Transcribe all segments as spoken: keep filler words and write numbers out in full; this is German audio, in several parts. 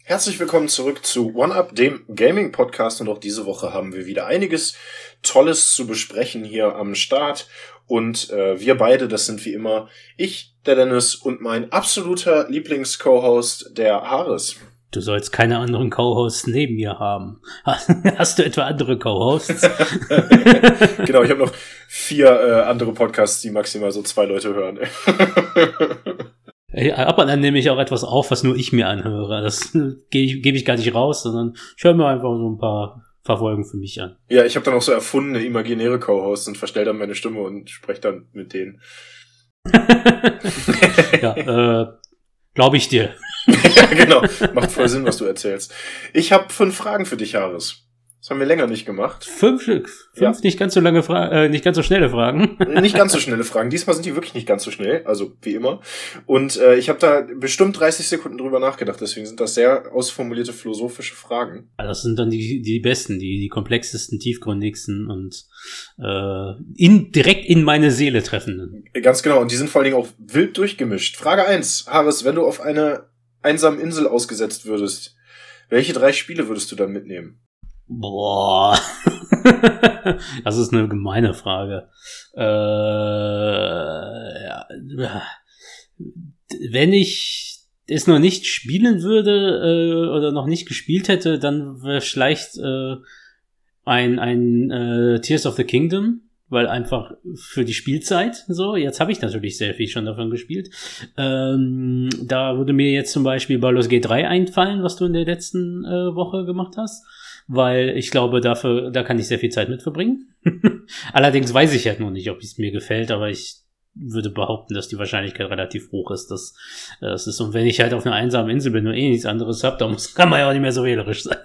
Herzlich willkommen zurück zu OneUp, dem Gaming-Podcast. Und auch diese Woche haben wir wieder einiges Tolles zu besprechen hier am Start. Und äh, wir beide, das sind wie immer ich, der Dennis, und mein absoluter Lieblings-Co-Host, der Haris. Du sollst keine anderen Co-Hosts neben mir haben. Hast du etwa andere Co-Hosts? Genau, ich habe noch vier äh, andere Podcasts, die maximal so zwei Leute hören. Ab und an nehme ich auch etwas auf, was nur ich mir anhöre. Das gebe ich, gebe ich gar nicht raus, sondern ich höre mir einfach so ein paar Verfolgen für mich an. Ja, ich habe dann auch so erfundene, imaginäre Co-Hosts und verstelle dann meine Stimme und spreche dann mit denen. Ja, äh, glaube ich dir. Ja, genau. Macht voll Sinn, was du erzählst. Ich habe fünf Fragen für dich, Haris. Das haben wir länger nicht gemacht. Fünf Stück. Fünf ja. nicht ganz so lange Fragen, äh, nicht ganz so schnelle Fragen. Nicht ganz so schnelle Fragen. Diesmal sind die wirklich nicht ganz so schnell, also wie immer. Und äh, ich habe da bestimmt dreißig Sekunden drüber nachgedacht, deswegen sind das sehr ausformulierte philosophische Fragen. Ja, das sind dann die die besten, die die komplexesten, tiefgründigsten und äh, in direkt in meine Seele treffenden. Ganz genau, und die sind vor allen Dingen auch wild durchgemischt. Frage eins, Haris, wenn du auf eine einsame Insel ausgesetzt würdest, welche drei Spiele würdest du dann mitnehmen? Boah, das ist eine gemeine Frage. Äh, ja. Wenn ich es noch nicht spielen würde äh, oder noch nicht gespielt hätte, dann wäre vielleicht äh, ein ein äh, Tears of the Kingdom, weil einfach für die Spielzeit so. Jetzt habe ich natürlich sehr viel schon davon gespielt. Ähm, da würde mir jetzt zum Beispiel Baldur's Gate drei einfallen, was du in der letzten äh, Woche gemacht hast. Weil ich glaube, dafür, da kann ich sehr viel Zeit mit verbringen. Allerdings weiß ich halt noch nicht, ob es mir gefällt, aber ich würde behaupten, dass die Wahrscheinlichkeit relativ hoch ist, dass das ist. Und wenn ich halt auf einer einsamen Insel bin und eh nichts anderes habe, dann muss, kann man ja auch nicht mehr so wählerisch sein.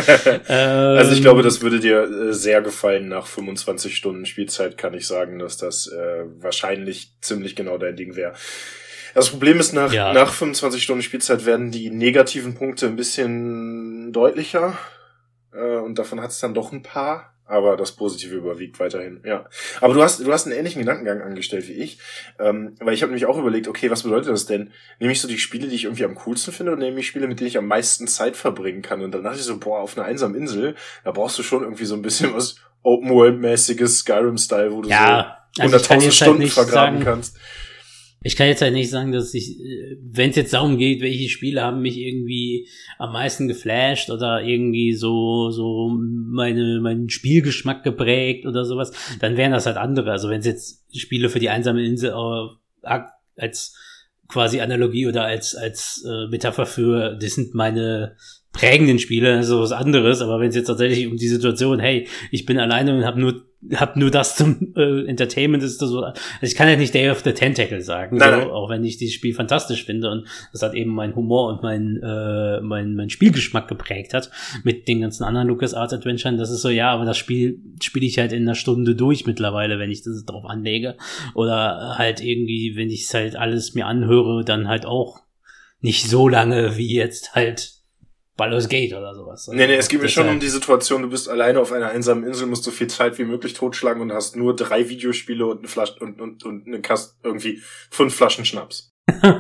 Also ich glaube, das würde dir äh, sehr gefallen. Nach fünfundzwanzig Stunden Spielzeit kann ich sagen, dass das äh, wahrscheinlich ziemlich genau dein Ding wäre. Das Problem ist, nach, ja. nach fünfundzwanzig Stunden Spielzeit werden die negativen Punkte ein bisschen deutlicher. Und davon hat es dann doch ein paar, aber das Positive überwiegt weiterhin, ja. Aber du hast du hast einen ähnlichen Gedankengang angestellt wie ich, ähm, weil ich habe nämlich auch überlegt, okay, was bedeutet das denn? Nehme ich so die Spiele, die ich irgendwie am coolsten finde, oder nehme ich Spiele, mit denen ich am meisten Zeit verbringen kann? Und dann dachte ich so, boah, auf einer einsamen Insel, da brauchst du schon irgendwie so ein bisschen was Open-World-mäßiges Skyrim-Style, wo du ja, so hunderttausend also Stunden halt vergraben sagen, kannst. Ich kann jetzt halt nicht sagen, dass ich, wenn es jetzt darum geht, welche Spiele haben mich irgendwie am meisten geflasht oder irgendwie so so meine meinen Spielgeschmack geprägt oder sowas, dann wären das halt andere. Also wenn es jetzt Spiele für die einsame Insel äh, als quasi Analogie oder als als äh, Metapher für, das sind meine prägenden Spiele, das ist was anderes. Aber wenn es jetzt tatsächlich um die Situation, hey, ich bin alleine und habe nur hab nur das zum äh, Entertainment, ist das so. Also ich kann ja nicht Day of the Tentacle sagen, nein, so, nein. Auch wenn ich dieses Spiel fantastisch finde und das hat eben meinen Humor und mein äh, mein mein Spielgeschmack geprägt hat mit den ganzen anderen LucasArts Adventuren. Das ist so, ja, aber das Spiel spiele ich halt in einer Stunde durch mittlerweile, wenn ich das drauf anlege, oder halt irgendwie, wenn ich es halt alles mir anhöre, dann halt auch nicht so lange wie jetzt halt Baldur's Gate oder sowas. Nee, nee, es geht mir schon um die Situation, du bist alleine auf einer einsamen Insel, musst so viel Zeit wie möglich totschlagen und hast nur drei Videospiele und eine Flasche und, und, und eine Kasten, irgendwie fünf Flaschen Schnaps.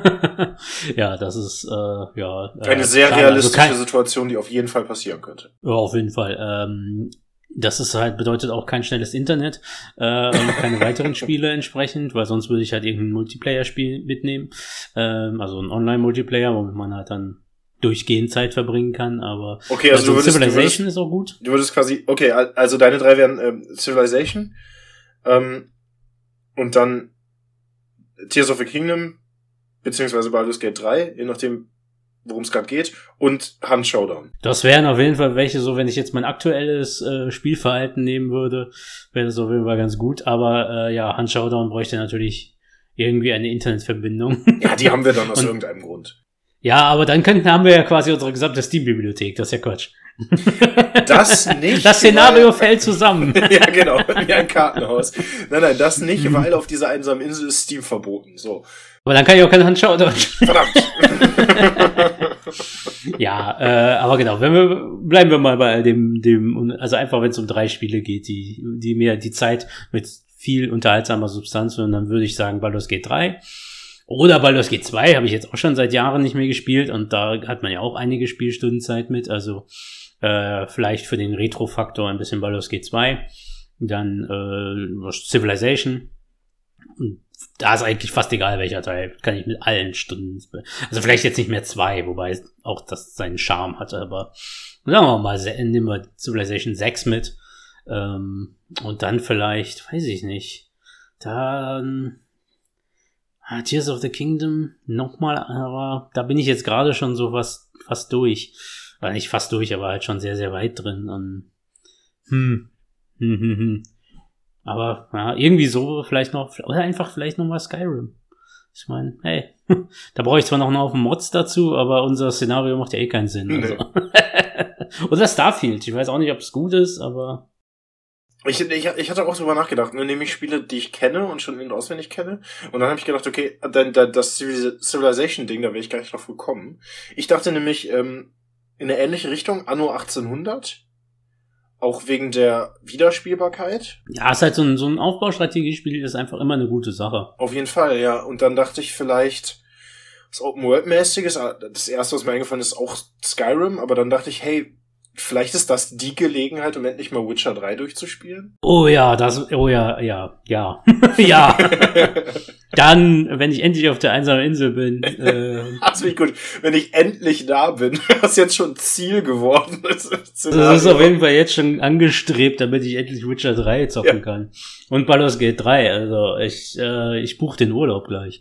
Ja, das ist, äh, ja. Eine äh, sehr klar, realistische also kein, Situation, die auf jeden Fall passieren könnte. Ja, auf jeden Fall. Ähm, das ist halt, bedeutet auch kein schnelles Internet, äh, und keine weiteren Spiele entsprechend, weil sonst würde ich halt irgendein Multiplayer-Spiel mitnehmen, ähm, also ein Online-Multiplayer, womit man halt dann durchgehend Zeit verbringen kann, aber okay, also, also du würdest, Civilization du würdest, ist auch gut. Du würdest quasi, okay, also deine drei wären ähm, Civilization ähm, und dann Tears of the Kingdom beziehungsweise Baldur's Gate drei, je nachdem, worum es gerade geht, und Hunt Showdown. Das wären auf jeden Fall welche, so wenn ich jetzt mein aktuelles äh, Spielverhalten nehmen würde, wäre das auf jeden Fall ganz gut, aber äh, ja, Hunt Showdown bräuchte natürlich irgendwie eine Internetverbindung. Ja, die haben wir dann aus und, irgendeinem Grund. Ja, aber dann könnten, haben wir ja quasi unsere gesamte Steam-Bibliothek, das ist ja Quatsch. Das nicht. Das Szenario weil, fällt zusammen. Ja, genau, wie ein Kartenhaus. Nein, nein, das nicht, weil auf dieser einsamen Insel ist Steam verboten, so. Aber dann kann ich auch keine Hand schauen. Verdammt. Ja, äh, aber genau, wenn wir, bleiben wir mal bei dem, dem, also einfach, wenn es um drei Spiele geht, die, die mir die Zeit mit viel unterhaltsamer Substanz, und dann würde ich sagen Baldur's Gate drei. Oder Baldur's Gate zwei habe ich jetzt auch schon seit Jahren nicht mehr gespielt und da hat man ja auch einige Spielstundenzeit mit, also äh, vielleicht für den Retro-Faktor ein bisschen Baldur's Gate zwei, dann äh, Civilization. Und da ist eigentlich fast egal, welcher Teil. Kann ich mit allen Stunden. Also vielleicht jetzt nicht mehr zwei, wobei auch das seinen Charme hatte, aber sagen wir mal, nehmen wir Civilization sechs mit. Ähm, und dann vielleicht, weiß ich nicht, dann ah, Tears of the Kingdom nochmal, aber da bin ich jetzt gerade schon so fast, fast durch. War nicht fast durch, aber halt schon sehr, sehr weit drin. Und hm, hm, hm, hm. Aber ja, irgendwie so vielleicht noch, oder einfach vielleicht noch mal Skyrim. Ich meine, hey, da brauche ich zwar noch einen Haufen Mods dazu, aber unser Szenario macht ja eh keinen Sinn. Also. Nee. Oder Starfield, ich weiß auch nicht, ob es gut ist, aber... Ich, ich, ich hatte auch drüber nachgedacht, ne, nämlich Spiele, die ich kenne und schon in- und auswendig kenne. Und dann habe ich gedacht, okay, dann das Civilization-Ding, da wäre ich gar nicht drauf gekommen. Ich dachte nämlich, ähm, in eine ähnliche Richtung, Anno achtzehnhundert... Auch wegen der Wiederspielbarkeit? Ja, ist halt so ein, so ein Aufbaustrategiespiel, ist einfach immer eine gute Sache. Auf jeden Fall, ja. Und dann dachte ich vielleicht, was Open-World-mäßiges, das erste, was mir eingefallen ist, auch Skyrim, aber dann dachte ich, hey, vielleicht ist das die Gelegenheit, um endlich mal Witcher drei durchzuspielen. Oh ja, das, oh ja, ja, ja, ja. Dann, wenn ich endlich auf der einsamen Insel bin. Äh, das finde ich gut. Wenn ich endlich da bin, was jetzt schon Ziel geworden ist. Das ist auf jeden Fall jetzt schon angestrebt, damit ich endlich Witcher drei zocken ja. kann. Und Baldur's Gate drei, also ich, äh, ich buche den Urlaub gleich.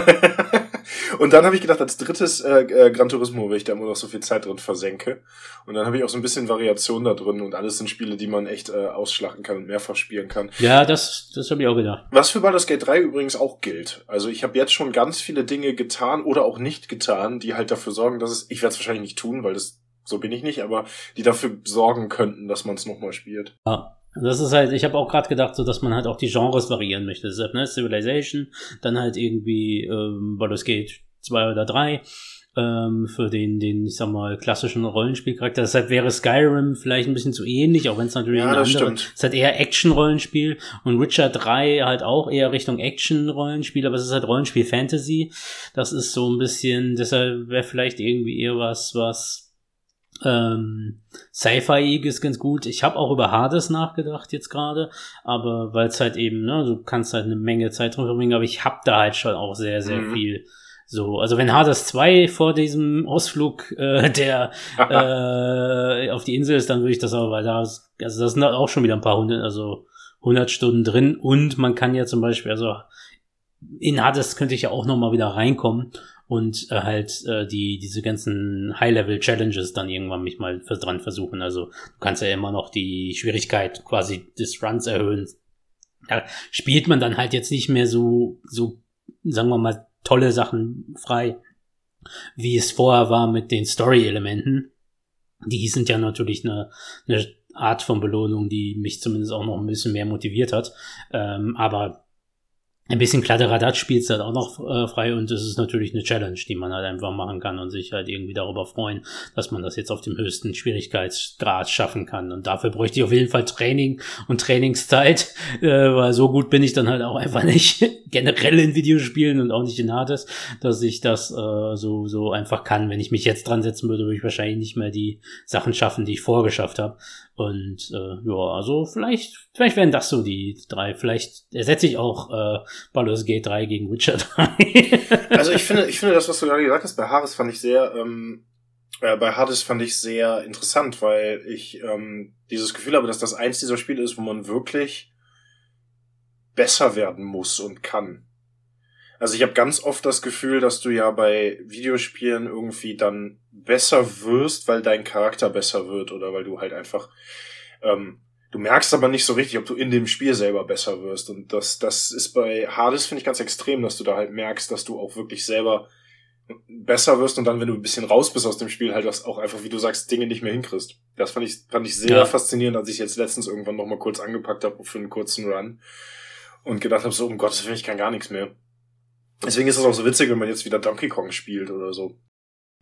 Und dann habe ich gedacht, als drittes äh, äh, Gran Turismo, weil ich da immer noch so viel Zeit drin versenke. Und dann habe ich auch so ein bisschen Variation da drin und alles sind Spiele, die man echt äh, ausschlachten kann und mehrfach spielen kann. Ja, das das habe ich auch gedacht. Was für Baldur's Gate drei übrigens auch gilt. Also ich habe jetzt schon ganz viele Dinge getan oder auch nicht getan, die halt dafür sorgen, dass es, ich werde es wahrscheinlich nicht tun, weil das so bin ich nicht, aber die dafür sorgen könnten, dass man es nochmal spielt. Ja. Das ist halt, ich habe auch gerade gedacht, so dass man halt auch die Genres variieren möchte. Deshalb, ne, Civilization, dann halt irgendwie ähm, Baldur's Gate zwei oder drei ähm, für den, den, ich sag mal, klassischen Rollenspielcharakter. Deshalb wäre Skyrim vielleicht ein bisschen zu ähnlich, auch wenn es natürlich ja, eine das andere, es ist halt eher Action-Rollenspiel und Witcher drei halt auch eher Richtung Action-Rollenspiel, aber es ist halt Rollenspiel-Fantasy. Das ist so ein bisschen, deshalb wäre vielleicht irgendwie eher was, was Ähm, Sci-Fi ist ganz gut. Ich habe auch über Hades nachgedacht jetzt gerade, aber weil es halt eben, ne, du kannst halt eine Menge Zeit drin verbringen, aber ich habe da halt schon auch sehr, sehr mhm. viel so. Also wenn Hades zwei vor diesem Ausflug äh, der äh, auf die Insel ist, dann würde ich das aber, weil da ist, also das sind auch schon wieder ein paar hundert, also hundert Stunden drin und man kann ja zum Beispiel, also in Hades könnte ich ja auch nochmal wieder reinkommen und äh, halt äh, die diese ganzen High-Level-Challenges dann irgendwann mich mal für, dran versuchen. Also du kannst ja immer noch die Schwierigkeit quasi des Runs erhöhen. Da spielt man dann halt jetzt nicht mehr so, so sagen wir mal, tolle Sachen frei, wie es vorher war mit den Story-Elementen. Die sind ja natürlich eine, eine Art von Belohnung, die mich zumindest auch noch ein bisschen mehr motiviert hat. Ähm, aber ein bisschen Kladderadatsch spielst halt auch noch äh, frei und das ist natürlich eine Challenge, die man halt einfach machen kann und sich halt irgendwie darüber freuen, dass man das jetzt auf dem höchsten Schwierigkeitsgrad schaffen kann. Und dafür bräuchte ich auf jeden Fall Training und Trainingszeit, äh, weil so gut bin ich dann halt auch einfach nicht generell in Videospielen und auch nicht in Hades, dass ich das äh, so so einfach kann. Wenn ich mich jetzt dran setzen würde, würde ich wahrscheinlich nicht mehr die Sachen schaffen, die ich vorgeschafft habe. Und äh, ja, also vielleicht vielleicht wären das so die drei. Vielleicht ersetze ich auch äh, Baldur's Gate drei gegen Witcher drei. Also ich finde, ich finde das, was du gerade gesagt hast, bei Hades fand ich sehr, ähm, äh, bei Hades fand ich sehr interessant, weil ich ähm, dieses Gefühl habe, dass das eins dieser Spiele ist, wo man wirklich besser werden muss und kann. Also ich habe ganz oft das Gefühl, dass du ja bei Videospielen irgendwie dann besser wirst, weil dein Charakter besser wird oder weil du halt einfach ähm, du merkst aber nicht so richtig, ob du in dem Spiel selber besser wirst. Und das das ist bei Hades, finde ich, ganz extrem, dass du da halt merkst, dass du auch wirklich selber besser wirst und dann, wenn du ein bisschen raus bist aus dem Spiel, halt das auch einfach, wie du sagst, Dinge nicht mehr hinkriegst. Das fand ich fand ich sehr ja. faszinierend, als ich jetzt letztens irgendwann noch mal kurz angepackt habe für einen kurzen Run und gedacht habe, so um Gottes Willen, ich kann gar nichts mehr. Deswegen ist es auch so witzig, wenn man jetzt wieder Donkey Kong spielt oder so.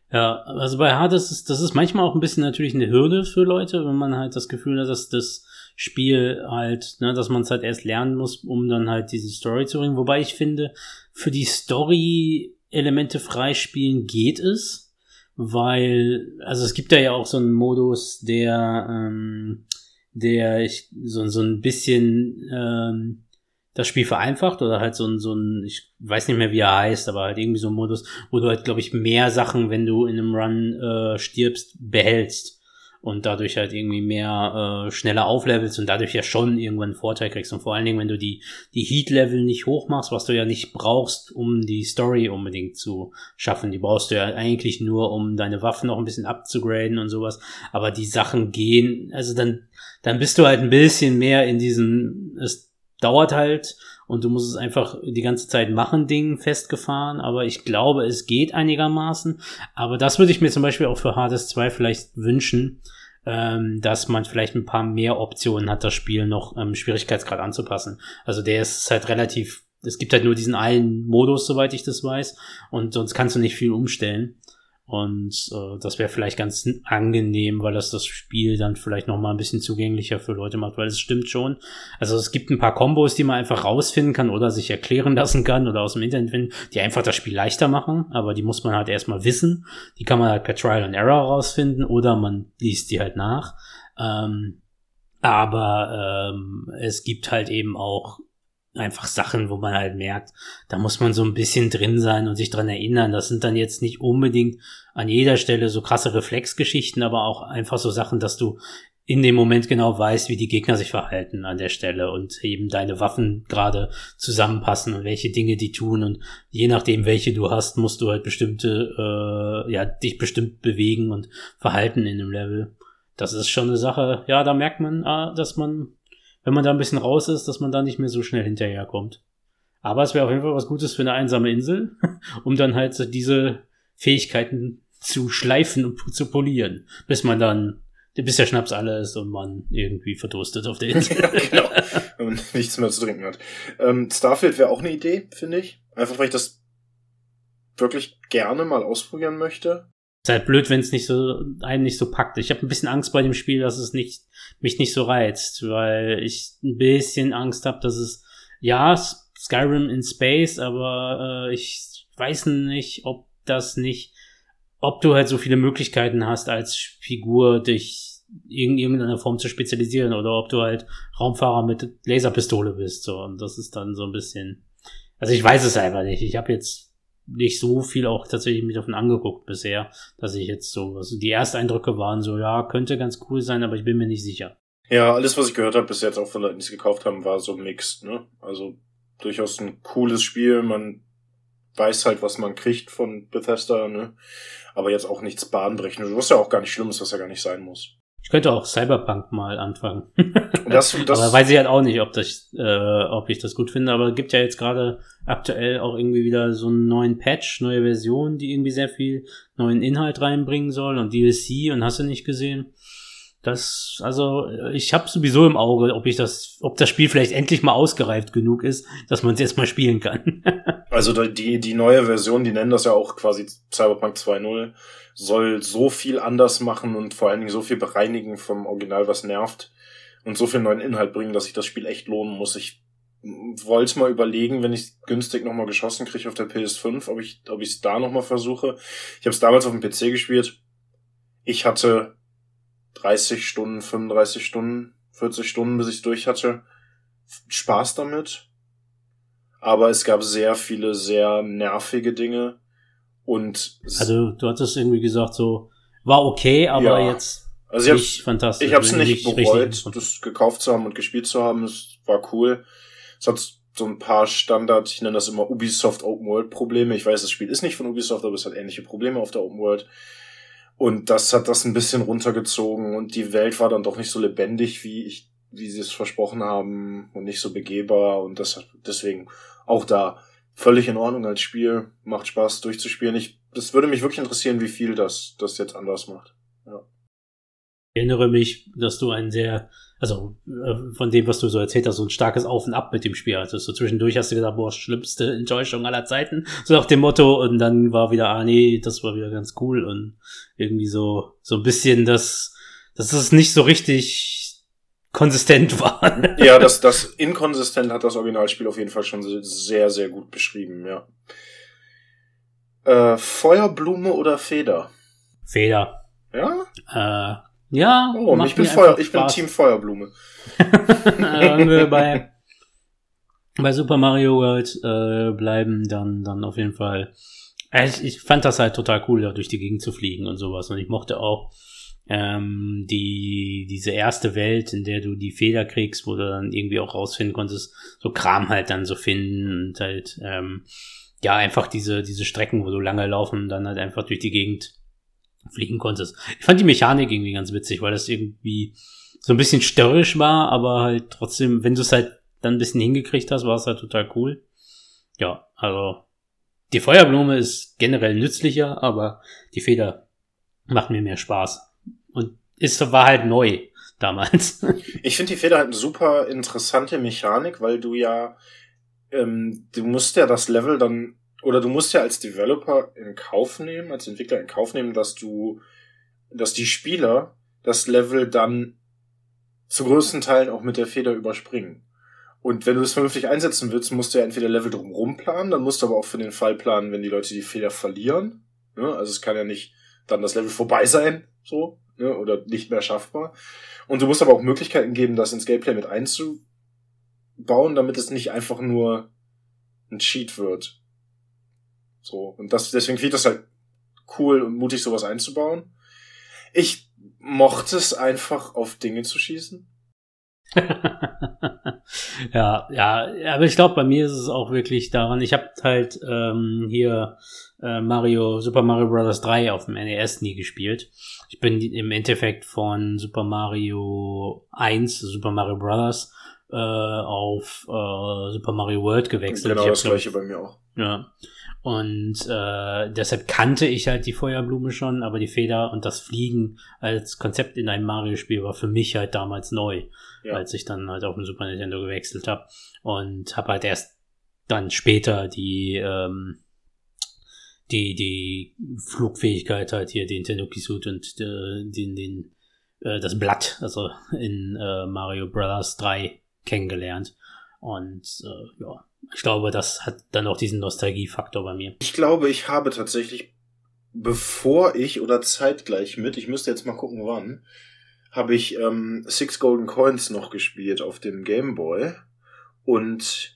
Ja, also bei Hades ist das ist manchmal auch ein bisschen natürlich eine Hürde für Leute, wenn man halt das Gefühl hat, dass das Spiel halt, ne, dass man es halt erst lernen muss, um dann halt diese Story zu bringen. Wobei ich finde, für die Story-Elemente freispielen geht es, weil, also es gibt da ja auch so einen Modus, der, ähm, der ich, so, so ein bisschen ähm, das Spiel vereinfacht oder halt so ein, so ein, ich weiß nicht mehr, wie er heißt, aber halt irgendwie so ein Modus, wo du halt, glaube ich, mehr Sachen, wenn du in einem Run äh, stirbst, behältst und dadurch halt irgendwie mehr äh, schneller auflevelst und dadurch ja schon irgendwann einen Vorteil kriegst. Und vor allen Dingen, wenn du die die Heat-Level nicht hoch machst, was du ja nicht brauchst, um die Story unbedingt zu schaffen. Die brauchst du ja eigentlich nur, um deine Waffen noch ein bisschen abzugraden und sowas. Aber die Sachen gehen, also dann dann bist du halt ein bisschen mehr in diesem, es dauert halt und du musst es einfach die ganze Zeit machen, Ding festgefahren, aber ich glaube, es geht einigermaßen, aber das würde ich mir zum Beispiel auch für Hades zwei vielleicht wünschen, ähm, dass man vielleicht ein paar mehr Optionen hat, das Spiel noch ähm, Schwierigkeitsgrad anzupassen. Also der ist halt relativ, es gibt halt nur diesen einen Modus, soweit ich das weiß, und sonst kannst du nicht viel umstellen. Und äh, das wäre vielleicht ganz angenehm, weil das das Spiel dann vielleicht noch mal ein bisschen zugänglicher für Leute macht, weil es stimmt schon. Also es gibt ein paar Kombos, die man einfach rausfinden kann oder sich erklären lassen kann oder aus dem Internet finden, die einfach das Spiel leichter machen, aber die muss man halt erstmal wissen. Die kann man halt per Trial and Error rausfinden oder man liest die halt nach. Ähm, aber ähm, es gibt halt eben auch einfach Sachen, wo man halt merkt, da muss man so ein bisschen drin sein und sich dran erinnern. Das sind dann jetzt nicht unbedingt an jeder Stelle so krasse Reflexgeschichten, aber auch einfach so Sachen, dass du in dem Moment genau weißt, wie die Gegner sich verhalten an der Stelle und eben deine Waffen gerade zusammenpassen und welche Dinge die tun und je nachdem, welche du hast, musst du halt bestimmte, äh, ja, dich bestimmt bewegen und verhalten in dem Level. Das ist schon eine Sache, ja, da merkt man, äh, dass man, wenn man da ein bisschen raus ist, dass man da nicht mehr so schnell hinterherkommt. Aber es wäre auf jeden Fall was Gutes für eine einsame Insel, um dann halt so diese Fähigkeiten zu schleifen und zu polieren, bis man dann, bis der Schnaps alle ist und man irgendwie verdurstet auf der Insel. Ja, genau. Und nichts mehr zu trinken hat. Ähm, Starfield wäre auch eine Idee, finde ich. Einfach, weil ich das wirklich gerne mal ausprobieren möchte. Ist halt blöd, wenn es nicht so, einen nicht so packt. Ich habe ein bisschen Angst bei dem Spiel, dass es nicht, mich nicht so reizt, weil ich ein bisschen Angst habe, dass es, ja, Skyrim in Space, aber äh, ich weiß nicht, ob das nicht, ob du halt so viele Möglichkeiten hast, als Figur dich in irgendeiner Form zu spezialisieren oder ob du halt Raumfahrer mit Laserpistole bist, so. Und das ist dann so ein bisschen, also ich weiß es einfach nicht. Ich habe jetzt nicht so viel auch tatsächlich mit davon angeguckt bisher, dass ich jetzt so, also die Ersteindrücke waren so, ja, könnte ganz cool sein, aber ich bin mir nicht sicher. Ja, alles, was ich gehört habe bis jetzt auch von Leuten, die es gekauft haben, war so mixed, ne? Also durchaus ein cooles Spiel, man weiß halt, was man kriegt von Bethesda, ne? Aber jetzt auch nichts bahnbrechendes, was ja auch gar nicht schlimm ist, was ja gar nicht sein muss. Ich könnte auch Cyberpunk mal anfangen. Das, das aber weiß ich halt auch nicht, ob das, äh, ob ich das gut finde. Aber es gibt ja jetzt gerade aktuell auch irgendwie wieder so einen neuen Patch, neue Version, die irgendwie sehr viel neuen Inhalt reinbringen soll und D L C und hast du nicht gesehen. Das, also ich habe sowieso im Auge, ob ich das, ob das Spiel vielleicht endlich mal ausgereift genug ist, dass man es jetzt mal spielen kann. Also die die neue Version, die nennen das ja auch quasi Cyberpunk zwei Punkt null, soll so viel anders machen und vor allen Dingen so viel bereinigen vom Original, was nervt und so viel neuen Inhalt bringen, dass sich das Spiel echt lohnen muss. Ich wollte mal überlegen, wenn ich günstig nochmal geschossen kriege auf der P S fünf, ob ich ob ich es da nochmal versuche. Ich habe es damals auf dem P C gespielt. Ich hatte dreißig Stunden, fünfunddreißig Stunden, vierzig Stunden, bis ich es durch hatte. Spaß damit. Aber es gab sehr viele, sehr nervige Dinge. Und also du hattest irgendwie gesagt, so war okay, aber ja, jetzt also nicht ich fantastisch. Ich habe es nicht bereut, das gekauft zu haben und gespielt zu haben. Es war cool. Es hat so ein paar Standard, ich nenne das immer Ubisoft Open World Probleme. Ich weiß, das Spiel ist nicht von Ubisoft, aber es hat ähnliche Probleme auf der Open World. Und das hat das ein bisschen runtergezogen und die Welt war dann doch nicht so lebendig, wie ich, wie sie es versprochen haben und nicht so begehbar und das deswegen auch da völlig in Ordnung als Spiel, macht Spaß durchzuspielen. Ich, das würde mich wirklich interessieren, wie viel das, das jetzt anders macht. Ja. Ich erinnere mich, dass du ein sehr, also äh, von dem, was du so erzählt hast, so ein starkes Auf und Ab mit dem Spiel hattest. So zwischendurch hast du gesagt, boah, schlimmste Enttäuschung aller Zeiten, so nach dem Motto, und dann war wieder, ah nee, das war wieder ganz cool und irgendwie so so ein bisschen das, das ist nicht so richtig konsistent war. Ja, das, das inkonsistent hat das Originalspiel auf jeden Fall schon sehr, sehr gut beschrieben, ja. Äh, Feuerblume oder Feder? Feder. Ja? Äh, ja. Oh, ich bin Feuer, ich bin Team Feuerblume. Wenn wir bei, bei Super Mario World äh, bleiben, dann, dann auf jeden Fall. Ich, ich fand das halt total cool, da durch die Gegend zu fliegen und sowas. Und ich mochte auch ähm, die diese erste Welt, in der du die Feder kriegst, wo du dann irgendwie auch rausfinden konntest, so Kram halt dann so finden und halt ähm, ja einfach diese diese Strecken, wo du lange laufen und dann halt einfach durch die Gegend fliegen konntest. Ich fand die Mechanik irgendwie ganz witzig, weil das irgendwie so ein bisschen störrisch war, aber halt trotzdem, wenn du es halt dann ein bisschen hingekriegt hast, war es halt total cool. Ja, also die Feuerblume ist generell nützlicher, aber die Feder macht mir mehr Spaß. Und ist, war halt neu damals. Ich finde die Feder halt eine super interessante Mechanik, weil du ja, ähm, du musst ja das Level dann, oder du musst ja als Developer in Kauf nehmen, als Entwickler in Kauf nehmen, dass du, dass die Spieler das Level dann zu größten Teilen auch mit der Feder überspringen. Und wenn du das vernünftig einsetzen willst, musst du ja entweder Level drumherum planen, dann musst du aber auch für den Fall planen, wenn die Leute die Feder verlieren. Ne? Also es kann ja nicht dann das Level vorbei sein, so, ne? Oder nicht mehr schaffbar. Und du musst aber auch Möglichkeiten geben, das ins Gameplay mit einzubauen, damit es nicht einfach nur ein Cheat wird. So. Und das, deswegen finde ich das halt cool und mutig, sowas einzubauen. Ich mochte es einfach, auf Dinge zu schießen. ja, ja, aber ich glaube, bei mir ist es auch wirklich daran, ich habe halt ähm, hier äh, Mario, Super Mario Bros. drei auf dem N E S nie gespielt. Ich bin im Endeffekt von Super Mario eins, Super Mario Bros. Äh, auf äh, Super Mario World gewechselt. Genau, ich das gleiche bei mir auch. Ja. Und äh, deshalb kannte ich halt die Feuerblume schon, aber die Feder und das Fliegen als Konzept in einem Mario-Spiel war für mich halt damals neu, ja. Als ich dann halt auf den Super Nintendo gewechselt habe und habe halt erst dann später die ähm, die die Flugfähigkeit halt hier, den Tanuki Suit und äh, den den äh, das Blatt, also in äh, Mario Bros. drei kennengelernt. Und äh, ja, ich glaube, das hat dann auch diesen Nostalgiefaktor bei mir. Ich glaube, ich habe tatsächlich, bevor ich oder zeitgleich mit, ich müsste jetzt mal gucken, wann, habe ich ähm, Six Golden Coins noch gespielt auf dem Game Boy. Und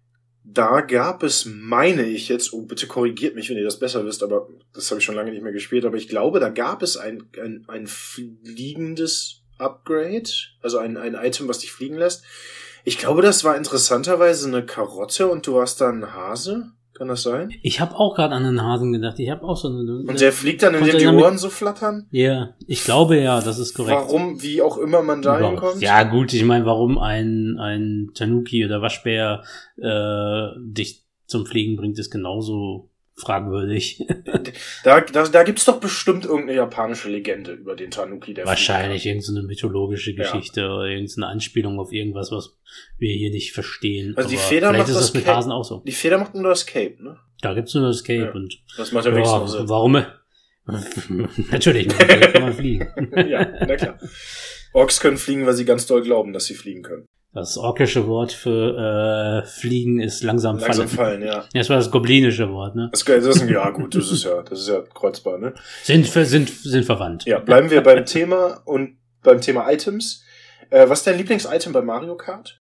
da gab es, meine ich jetzt, oh, bitte korrigiert mich, wenn ihr das besser wisst, aber das habe ich schon lange nicht mehr gespielt, aber ich glaube, da gab es ein, ein, ein fliegendes Upgrade, also ein, ein Item, was dich fliegen lässt. Ich glaube, das war interessanterweise eine Karotte und du hast da einen Hase. Kann das sein? Ich habe auch gerade an einen Hasen gedacht. Ich habe auch so eine... Und der fliegt dann, indem die Ohren so flattern? Ja, ich glaube ja, das ist korrekt. Warum, wie auch immer man da hinkommt? Ja gut, ich meine, warum ein ein Tanuki oder Waschbär äh, dich zum Fliegen bringt, ist genauso fragwürdig. Da, da, da gibt's doch bestimmt irgendeine japanische Legende über den Tanuki, der wahrscheinlich irgendeine mythologische Geschichte, ja, oder irgendeine Anspielung auf irgendwas, was wir hier nicht verstehen. Also die Feder vielleicht macht ist das, das mit Cape, Hasen auch so. Die Feder macht nur das Cape, ne? Da gibt's nur das Cape, ja, und das macht ja wenigstens noch Sinn. Warum? Natürlich, man kann man fliegen. Ja, na klar. Orks können fliegen, weil sie ganz doll glauben, dass sie fliegen können. Das orkische Wort für äh, Fliegen ist langsam, langsam fallen. fallen, ja. Ja, das war das goblinische Wort, ne? Das, das ist, ja gut, das ist ja, das ist ja kreuzbar, ne? Sind sind sind verwandt. Ja, bleiben wir beim Thema und beim Thema Items. Äh, was ist dein Lieblings-Item bei Mario Kart?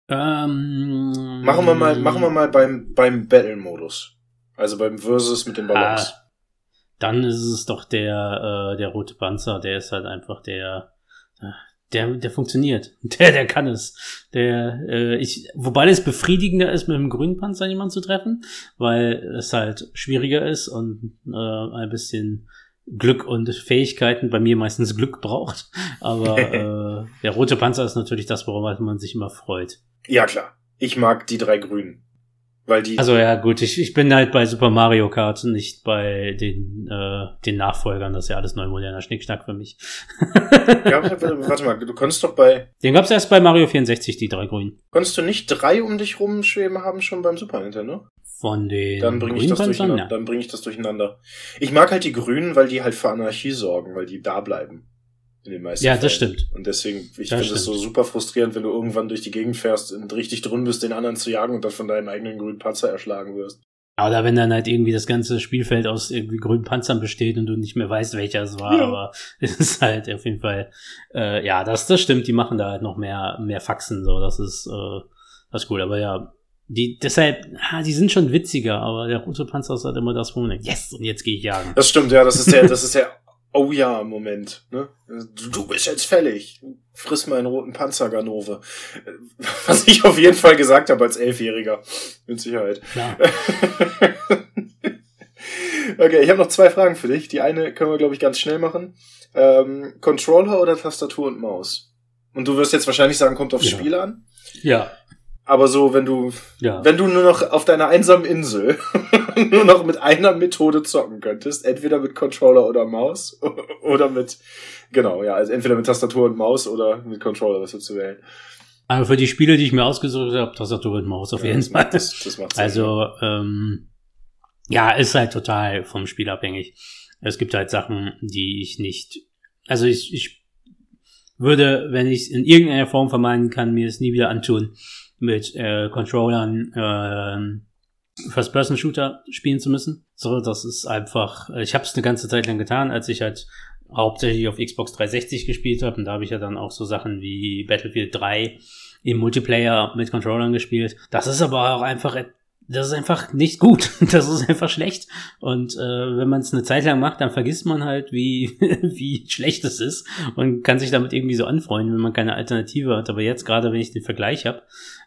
Ähm, machen wir mal, machen wir mal beim beim Battle-Modus, also beim Versus mit den Ballons. Ah, dann ist es doch der äh, der rote Panzer. Der ist halt einfach der. Äh, Der, der funktioniert. Der, der kann es. Der, äh, ich, wobei es befriedigender ist, mit dem grünen Panzer jemanden zu treffen, weil es halt schwieriger ist und äh, ein bisschen Glück und Fähigkeiten, bei mir meistens Glück braucht. Aber äh, der rote Panzer ist natürlich das, worauf man sich immer freut. Ja, klar. Ich mag die drei Grünen. Weil die also ja, gut, ich, ich bin halt bei Super Mario Kart, nicht bei den äh, den Nachfolgern. Das ist ja alles neu moderner Schnickschnack für mich. Ja, warte mal, du konntest doch bei... Den gab's erst bei Mario vierundsechzig, die drei Grünen. Konntest du nicht drei um dich rumschweben haben schon beim Super Nintendo? Von den Dann bringe ich, ja. bring ich das durcheinander. Ich mag halt die Grünen, weil die halt für Anarchie sorgen, weil die da bleiben. In den meisten Ja, Fällen. Das stimmt. Und deswegen, ich finde es so super frustrierend, wenn du irgendwann durch die Gegend fährst und richtig drin bist, den anderen zu jagen und dann von deinem eigenen grünen Panzer erschlagen wirst. Oder wenn dann halt irgendwie das ganze Spielfeld aus irgendwie grünen Panzern besteht und du nicht mehr weißt, welcher es war, ja. Aber es ist halt auf jeden Fall, äh, ja, das, das stimmt, die machen da halt noch mehr, mehr Faxen, so, das ist, äh, das ist cool, aber ja, die, deshalb, ha, die sind schon witziger, aber der rote Panzer ist halt immer das, wo man denkt, yes, und jetzt gehe ich jagen. Das stimmt, ja, das ist der, das ist der, oh ja, Moment, ne? Du, du bist jetzt fällig. Friss meinen roten Panzer, Ganove. Was ich auf jeden Fall gesagt habe als Elfjähriger. Mit Sicherheit. Ja. Okay, ich habe noch zwei Fragen für dich. Die eine können wir, glaube ich, ganz schnell machen. Ähm, Controller oder Tastatur und Maus? Und du wirst jetzt wahrscheinlich sagen, kommt aufs ja. Spiel an. Ja. Aber so, wenn du, ja. wenn du nur noch auf deiner einsamen Insel nur noch mit einer Methode zocken könntest, entweder mit Controller oder Maus oder mit, genau, ja, also entweder mit Tastatur und Maus oder mit Controller, was würdest du wählen? Aber für die Spiele, die ich mir ausgesucht habe, Tastatur und Maus auf ja, jeden Fall. Das, das macht Sinn. Also, ähm, ja, ist halt total vom Spiel abhängig. Es gibt halt Sachen, die ich nicht, also ich, ich würde, wenn ich es in irgendeiner Form vermeiden kann, mir es nie wieder antun, mit äh, Controllern äh, First-Person-Shooter spielen zu müssen. So, das ist einfach, ich habe es eine ganze Zeit lang getan, als ich halt hauptsächlich auf Xbox dreihundertsechzig gespielt habe. Und da habe ich ja dann auch so Sachen wie Battlefield drei im Multiplayer mit Controllern gespielt. Das ist aber auch einfach, das ist einfach nicht gut. Das ist einfach schlecht. Und äh, wenn man es eine Zeit lang macht, dann vergisst man halt, wie wie schlecht es ist und kann sich damit irgendwie so anfreunden, wenn man keine Alternative hat. Aber jetzt, gerade wenn ich den Vergleich habe,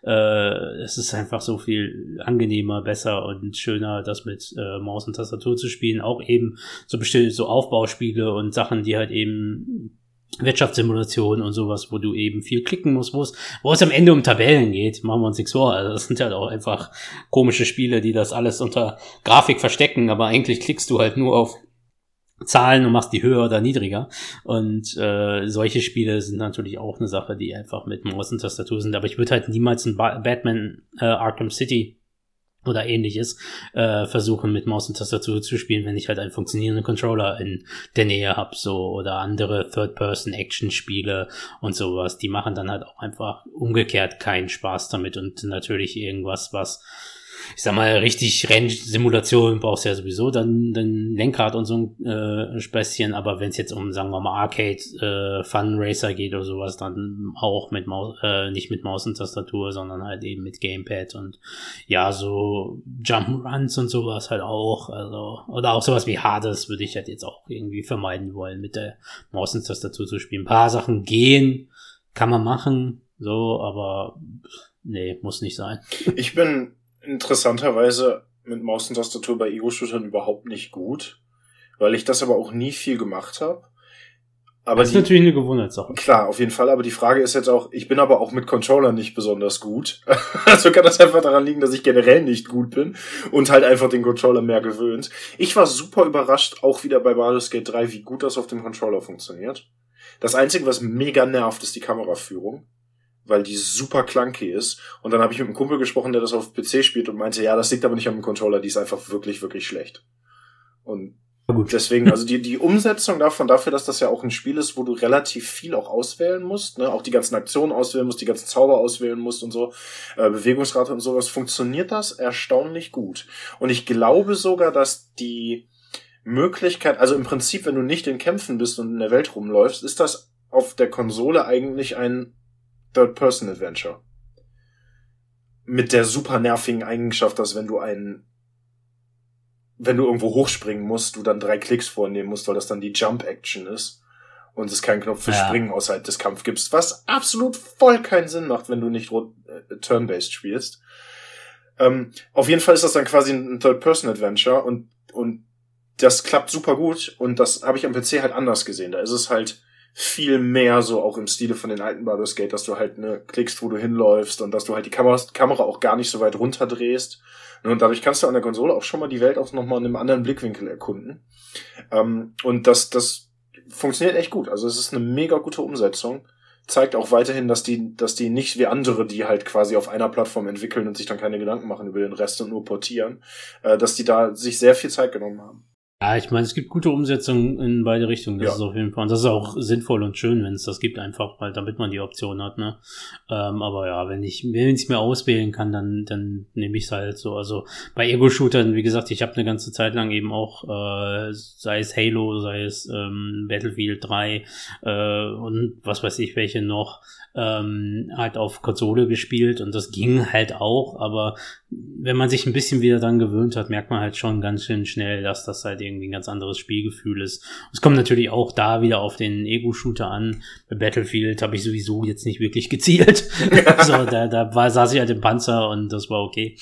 äh, es ist einfach so viel angenehmer, besser und schöner, das mit äh, Maus und Tastatur zu spielen. Auch eben so bestimmte so Aufbauspiele und Sachen, die halt eben Wirtschaftssimulation und sowas, wo du eben viel klicken musst, wo es, wo es am Ende um Tabellen geht, machen wir uns nichts vor. Also das sind halt auch einfach komische Spiele, die das alles unter Grafik verstecken, aber eigentlich klickst du halt nur auf Zahlen und machst die höher oder niedriger. Und äh, solche Spiele sind natürlich auch eine Sache, die einfach mit Maus und Tastatur sind. Aber ich würde halt niemals ein ba- Batman äh, Arkham City oder ähnliches äh, versuchen mit Maus und Tastatur zu spielen, wenn ich halt einen funktionierenden Controller in der Nähe habe, so, oder andere Third-Person-Action-Spiele und sowas, die machen dann halt auch einfach umgekehrt keinen Spaß damit und natürlich irgendwas, was, ich sag mal, richtig Rennsimulation brauchst du ja sowieso dann, dann Lenkrad und so ein äh, Späßchen, aber wenn es jetzt um, sagen wir mal, Arcade äh, Fun Racer geht oder sowas, dann auch mit Maus, äh, nicht mit Maus und Tastatur, sondern halt eben mit Gamepad und ja, so Jump'n'Runs und sowas halt auch, also, oder auch sowas wie Hades würde ich halt jetzt auch irgendwie vermeiden wollen, mit der Maus und Tastatur zu spielen. Ein paar Sachen gehen, kann man machen, so, aber nee, muss nicht sein. Ich bin interessanterweise mit Maus und Tastatur bei Ego-Shootern überhaupt nicht gut, weil ich das aber auch nie viel gemacht habe. Aber das ist die, natürlich eine Gewohnheitssache. Klar, auf jeden Fall, aber die Frage ist jetzt auch, ich bin aber auch mit Controller nicht besonders gut. Also kann das einfach daran liegen, dass ich generell nicht gut bin und halt einfach den Controller mehr gewöhnt. Ich war super überrascht, auch wieder bei Baldur's Gate drei, wie gut das auf dem Controller funktioniert. Das Einzige, was mega nervt, ist die Kameraführung, weil die super clunky ist. Und dann habe ich mit einem Kumpel gesprochen, der das auf P C spielt und meinte, ja, das liegt aber nicht am Controller, die ist einfach wirklich, wirklich schlecht. Und gut. Deswegen, also die die Umsetzung davon, dafür, dass das ja auch ein Spiel ist, wo du relativ viel auch auswählen musst, ne, auch die ganzen Aktionen auswählen musst, die ganzen Zauber auswählen musst und so, äh, Bewegungsrate und sowas, funktioniert das erstaunlich gut. Und ich glaube sogar, dass die Möglichkeit, also im Prinzip, wenn du nicht in Kämpfen bist und in der Welt rumläufst, ist das auf der Konsole eigentlich ein Third-Person-Adventure. Mit der super nervigen Eigenschaft, dass wenn du einen, wenn du irgendwo hochspringen musst, du dann drei Klicks vornehmen musst, weil das dann die Jump-Action ist und es keinen Knopf für ja. Springen außerhalb des Kampfs gibt, was absolut voll keinen Sinn macht, wenn du nicht äh, Turn-Based spielst. Ähm, auf jeden Fall ist das dann quasi ein Third-Person-Adventure und, und das klappt super gut und das habe ich am P C halt anders gesehen. Da ist es halt viel mehr so auch im Stile von den alten Baldur's Gate, dass du halt ne klickst, wo du hinläufst und dass du halt die Kamera, Kamera auch gar nicht so weit runterdrehst. Und dadurch kannst du an der Konsole auch schon mal die Welt auch nochmal in einem anderen Blickwinkel erkunden. Ähm, und das, das funktioniert echt gut. Also es ist eine mega gute Umsetzung. Zeigt auch weiterhin, dass die, dass die nicht wie andere, die halt quasi auf einer Plattform entwickeln und sich dann keine Gedanken machen über den Rest und nur portieren, äh, dass die da sich sehr viel Zeit genommen haben. Ja, ich meine, es gibt gute Umsetzungen in beide Richtungen. Das ja. ist auf jeden Fall. Und das ist auch sinnvoll und schön, wenn es das gibt, einfach, weil damit man die Option hat, ne? Ähm, aber ja, wenn ich, wenn ich es mir auswählen kann, dann, dann nehme ich es halt so. Also bei Ego-Shootern, wie gesagt, ich habe eine ganze Zeit lang eben auch, äh, sei es Halo, sei es ähm, Battlefield drei äh, und was weiß ich welche noch, ähm, halt auf Konsole gespielt und das ging halt auch, aber wenn man sich ein bisschen wieder dran gewöhnt hat, merkt man halt schon ganz schön schnell, dass das halt irgendwie ein ganz anderes Spielgefühl ist. Es kommt natürlich auch da wieder auf den Ego-Shooter an. Bei Battlefield habe ich sowieso jetzt nicht wirklich gezielt. so, da, da war, saß ich halt im Panzer und das war okay.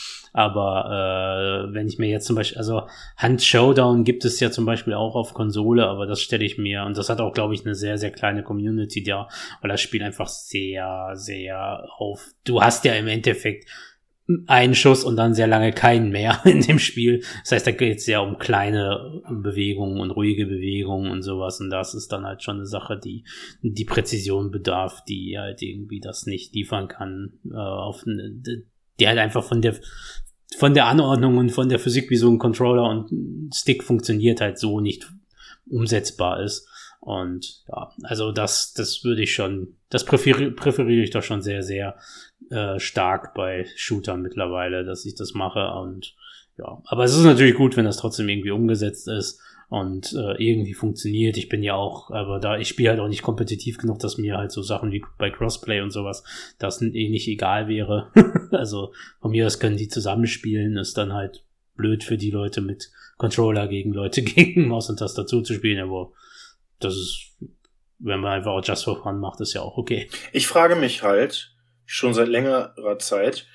Aber äh, wenn ich mir jetzt zum Beispiel, also Hunt Showdown gibt es ja zum Beispiel auch auf Konsole, aber das stelle ich mir, und das hat auch, glaube ich, eine sehr, sehr kleine Community da, weil das Spiel einfach sehr, sehr auf, du hast ja im Endeffekt einen Schuss und dann sehr lange keinen mehr in dem Spiel. Das heißt, da geht es ja um kleine Bewegungen und ruhige Bewegungen und sowas. Und das ist dann halt schon eine Sache, die die Präzision bedarf, die halt irgendwie das nicht liefern kann. Äh, auf eine, die halt einfach von der von der Anordnung und von der Physik, wie so ein Controller und Stick funktioniert, halt so nicht umsetzbar ist. Und ja, also das das würde ich schon, das präferiere präferiere ich doch schon sehr, sehr äh, stark bei Shootern mittlerweile, dass ich das mache. Und ja, aber es ist natürlich gut, wenn das trotzdem irgendwie umgesetzt ist und äh, irgendwie funktioniert. Ich bin ja auch, aber da, ich spiele halt auch nicht kompetitiv genug, dass mir halt so Sachen wie bei Crossplay und sowas, das eh nicht egal wäre. Also von mir aus können die zusammenspielen, ist dann halt blöd für die Leute mit Controller gegen Leute gegen Maus und Tastatur zu spielen, aber das ist, wenn man einfach auch Just for Fun macht, ist ja auch okay. Ich frage mich halt schon seit längerer Zeit,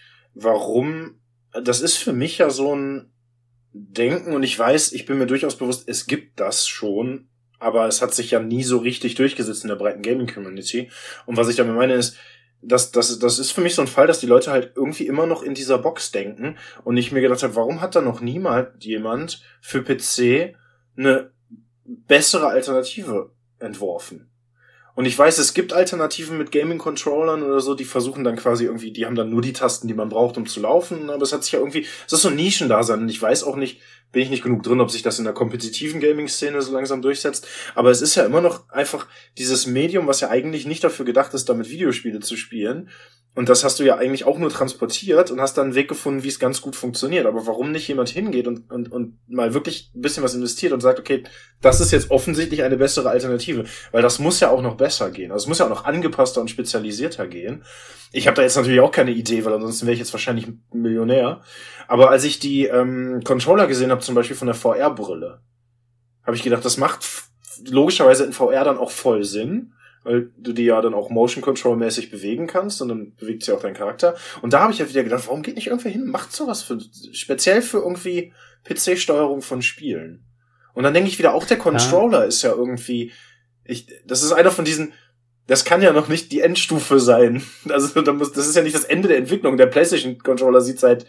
warum, das ist für mich ja so ein Denken, und ich weiß, ich bin mir durchaus bewusst, es gibt das schon, aber es hat sich ja nie so richtig durchgesetzt in der breiten Gaming-Community. Und was ich damit meine ist, das, das, das ist für mich so ein Fall, dass die Leute halt irgendwie immer noch in dieser Box denken und ich mir gedacht habe, warum hat da noch niemals jemand für P C eine bessere Alternative entworfen? Und ich weiß, es gibt Alternativen mit Gaming-Controllern oder so, die versuchen dann quasi irgendwie, die haben dann nur die Tasten, die man braucht, um zu laufen, aber es hat sich ja irgendwie, es ist so ein Nischendasein und ich weiß auch nicht, bin ich nicht genug drin, ob sich das in der kompetitiven Gaming-Szene so langsam durchsetzt, aber es ist ja immer noch einfach dieses Medium, was ja eigentlich nicht dafür gedacht ist, damit Videospiele zu spielen. Und das hast du ja eigentlich auch nur transportiert und hast dann einen Weg gefunden, wie es ganz gut funktioniert. Aber warum nicht jemand hingeht und, und, und mal wirklich ein bisschen was investiert und sagt, okay, das ist jetzt offensichtlich eine bessere Alternative. Weil das muss ja auch noch besser gehen. Also es muss ja auch noch angepasster und spezialisierter gehen. Ich habe da jetzt natürlich auch keine Idee, weil ansonsten wäre ich jetzt wahrscheinlich Millionär. Aber als ich die ähm, Controller gesehen habe, zum Beispiel von der V R-Brille, habe ich gedacht, das macht f- logischerweise in V R dann auch voll Sinn, weil du die ja dann auch Motion-Control-mäßig bewegen kannst und dann bewegt sich auch dein Charakter. Und da habe ich ja wieder gedacht, warum geht nicht irgendwer hin, macht sowas für, speziell für irgendwie P C-Steuerung von Spielen. Und dann denke ich wieder, auch der Controller ja. ist ja irgendwie, ich, das ist einer von diesen, das kann ja noch nicht die Endstufe sein. Also da muss, das ist ja nicht das Ende der Entwicklung. Der PlayStation-Controller sieht seit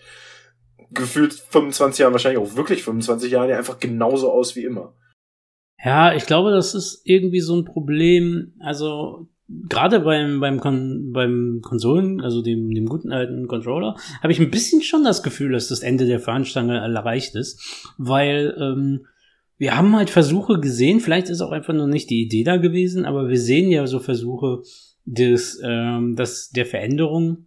gefühlt fünfundzwanzig Jahren, wahrscheinlich auch wirklich fünfundzwanzig Jahren, ja einfach genauso aus wie immer. Ja, ich glaube, das ist irgendwie so ein Problem, also gerade beim beim Kon- beim Konsolen, also dem dem guten alten Controller, habe ich ein bisschen schon das Gefühl, dass das Ende der Fahnenstange erreicht ist, weil ähm, wir haben halt Versuche gesehen, vielleicht ist auch einfach noch nicht die Idee da gewesen, aber wir sehen ja so Versuche des ähm, das der Veränderung,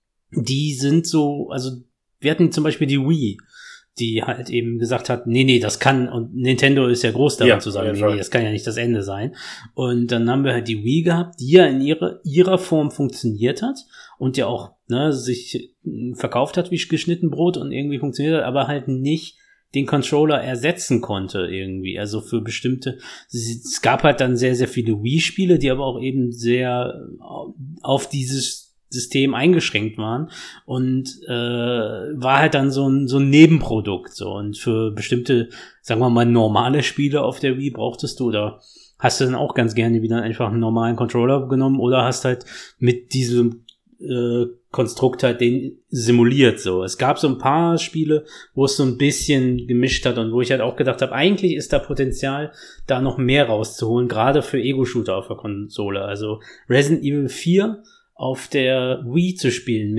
die sind so, also wir hatten zum Beispiel die Wii, die halt eben gesagt hat, nee, nee, das kann, und Nintendo ist ja groß daran ja, zu sagen, nee, nee, das kann ja nicht das Ende sein. Und dann haben wir halt die Wii gehabt, die ja in ihrer, ihrer Form funktioniert hat und ja auch, ne, sich verkauft hat wie geschnitten Brot und irgendwie funktioniert hat, aber halt nicht den Controller ersetzen konnte irgendwie, also für bestimmte, es gab halt dann sehr, sehr viele Wii-Spiele, die aber auch eben sehr auf dieses System eingeschränkt waren und äh, war halt dann so ein so ein Nebenprodukt so, und für bestimmte, sagen wir mal, normale Spiele auf der Wii brauchtest du, oder hast du dann auch ganz gerne wieder einfach einen normalen Controller genommen oder hast halt mit diesem äh, Konstrukt halt den simuliert so. Es gab so ein paar Spiele, wo es so ein bisschen gemischt hat und wo ich halt auch gedacht habe, eigentlich ist da Potenzial, da noch mehr rauszuholen, gerade für Ego-Shooter auf der Konsole. Also Resident Evil vier auf der Wii zu spielen mit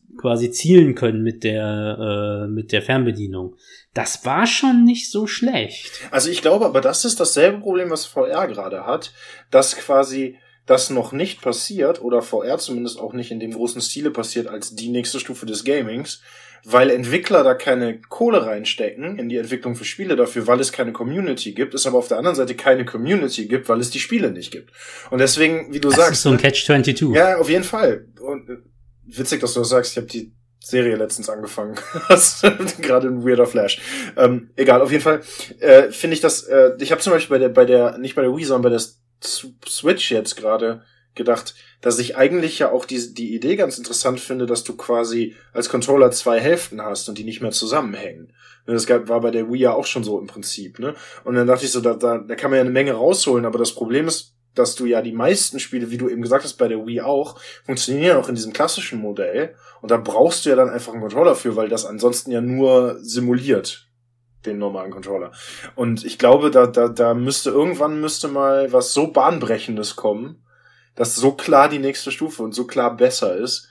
quasi zielen können mit der, äh, mit der Fernbedienung. Das war schon nicht so schlecht. Also ich glaube, aber das ist dasselbe Problem, was V R gerade hat, dass quasi das noch nicht passiert oder V R zumindest auch nicht in dem großen Stile passiert als die nächste Stufe des Gamings, weil Entwickler da keine Kohle reinstecken in die Entwicklung für Spiele dafür, weil es keine Community gibt, es aber auf der anderen Seite keine Community gibt, weil es die Spiele nicht gibt. Und deswegen, wie du das sagst... Das ist so ein ne? Catch zweiundzwanzig. Ja, auf jeden Fall. Und äh, witzig, dass du das sagst, ich habe die Serie letztens angefangen. Das ist gerade ein weirder Flash. Ähm, egal, auf jeden Fall äh, finde ich das... Äh, ich habe zum Beispiel bei der, bei der, nicht bei der Wii, sondern bei der Switch jetzt gerade gedacht, dass ich eigentlich ja auch die, die Idee ganz interessant finde, dass du quasi als Controller zwei Hälften hast und die nicht mehr zusammenhängen. Das war bei der Wii ja auch schon so im Prinzip, ne? Und dann dachte ich so, da, da, da kann man ja eine Menge rausholen, aber das Problem ist, dass du ja die meisten Spiele, wie du eben gesagt hast, bei der Wii auch, funktionieren auch in diesem klassischen Modell und da brauchst du ja dann einfach einen Controller für, weil das ansonsten ja nur simuliert den normalen Controller. Und ich glaube, da, da, da müsste irgendwann müsste mal was so Bahnbrechendes kommen, dass so klar die nächste Stufe und so klar besser ist.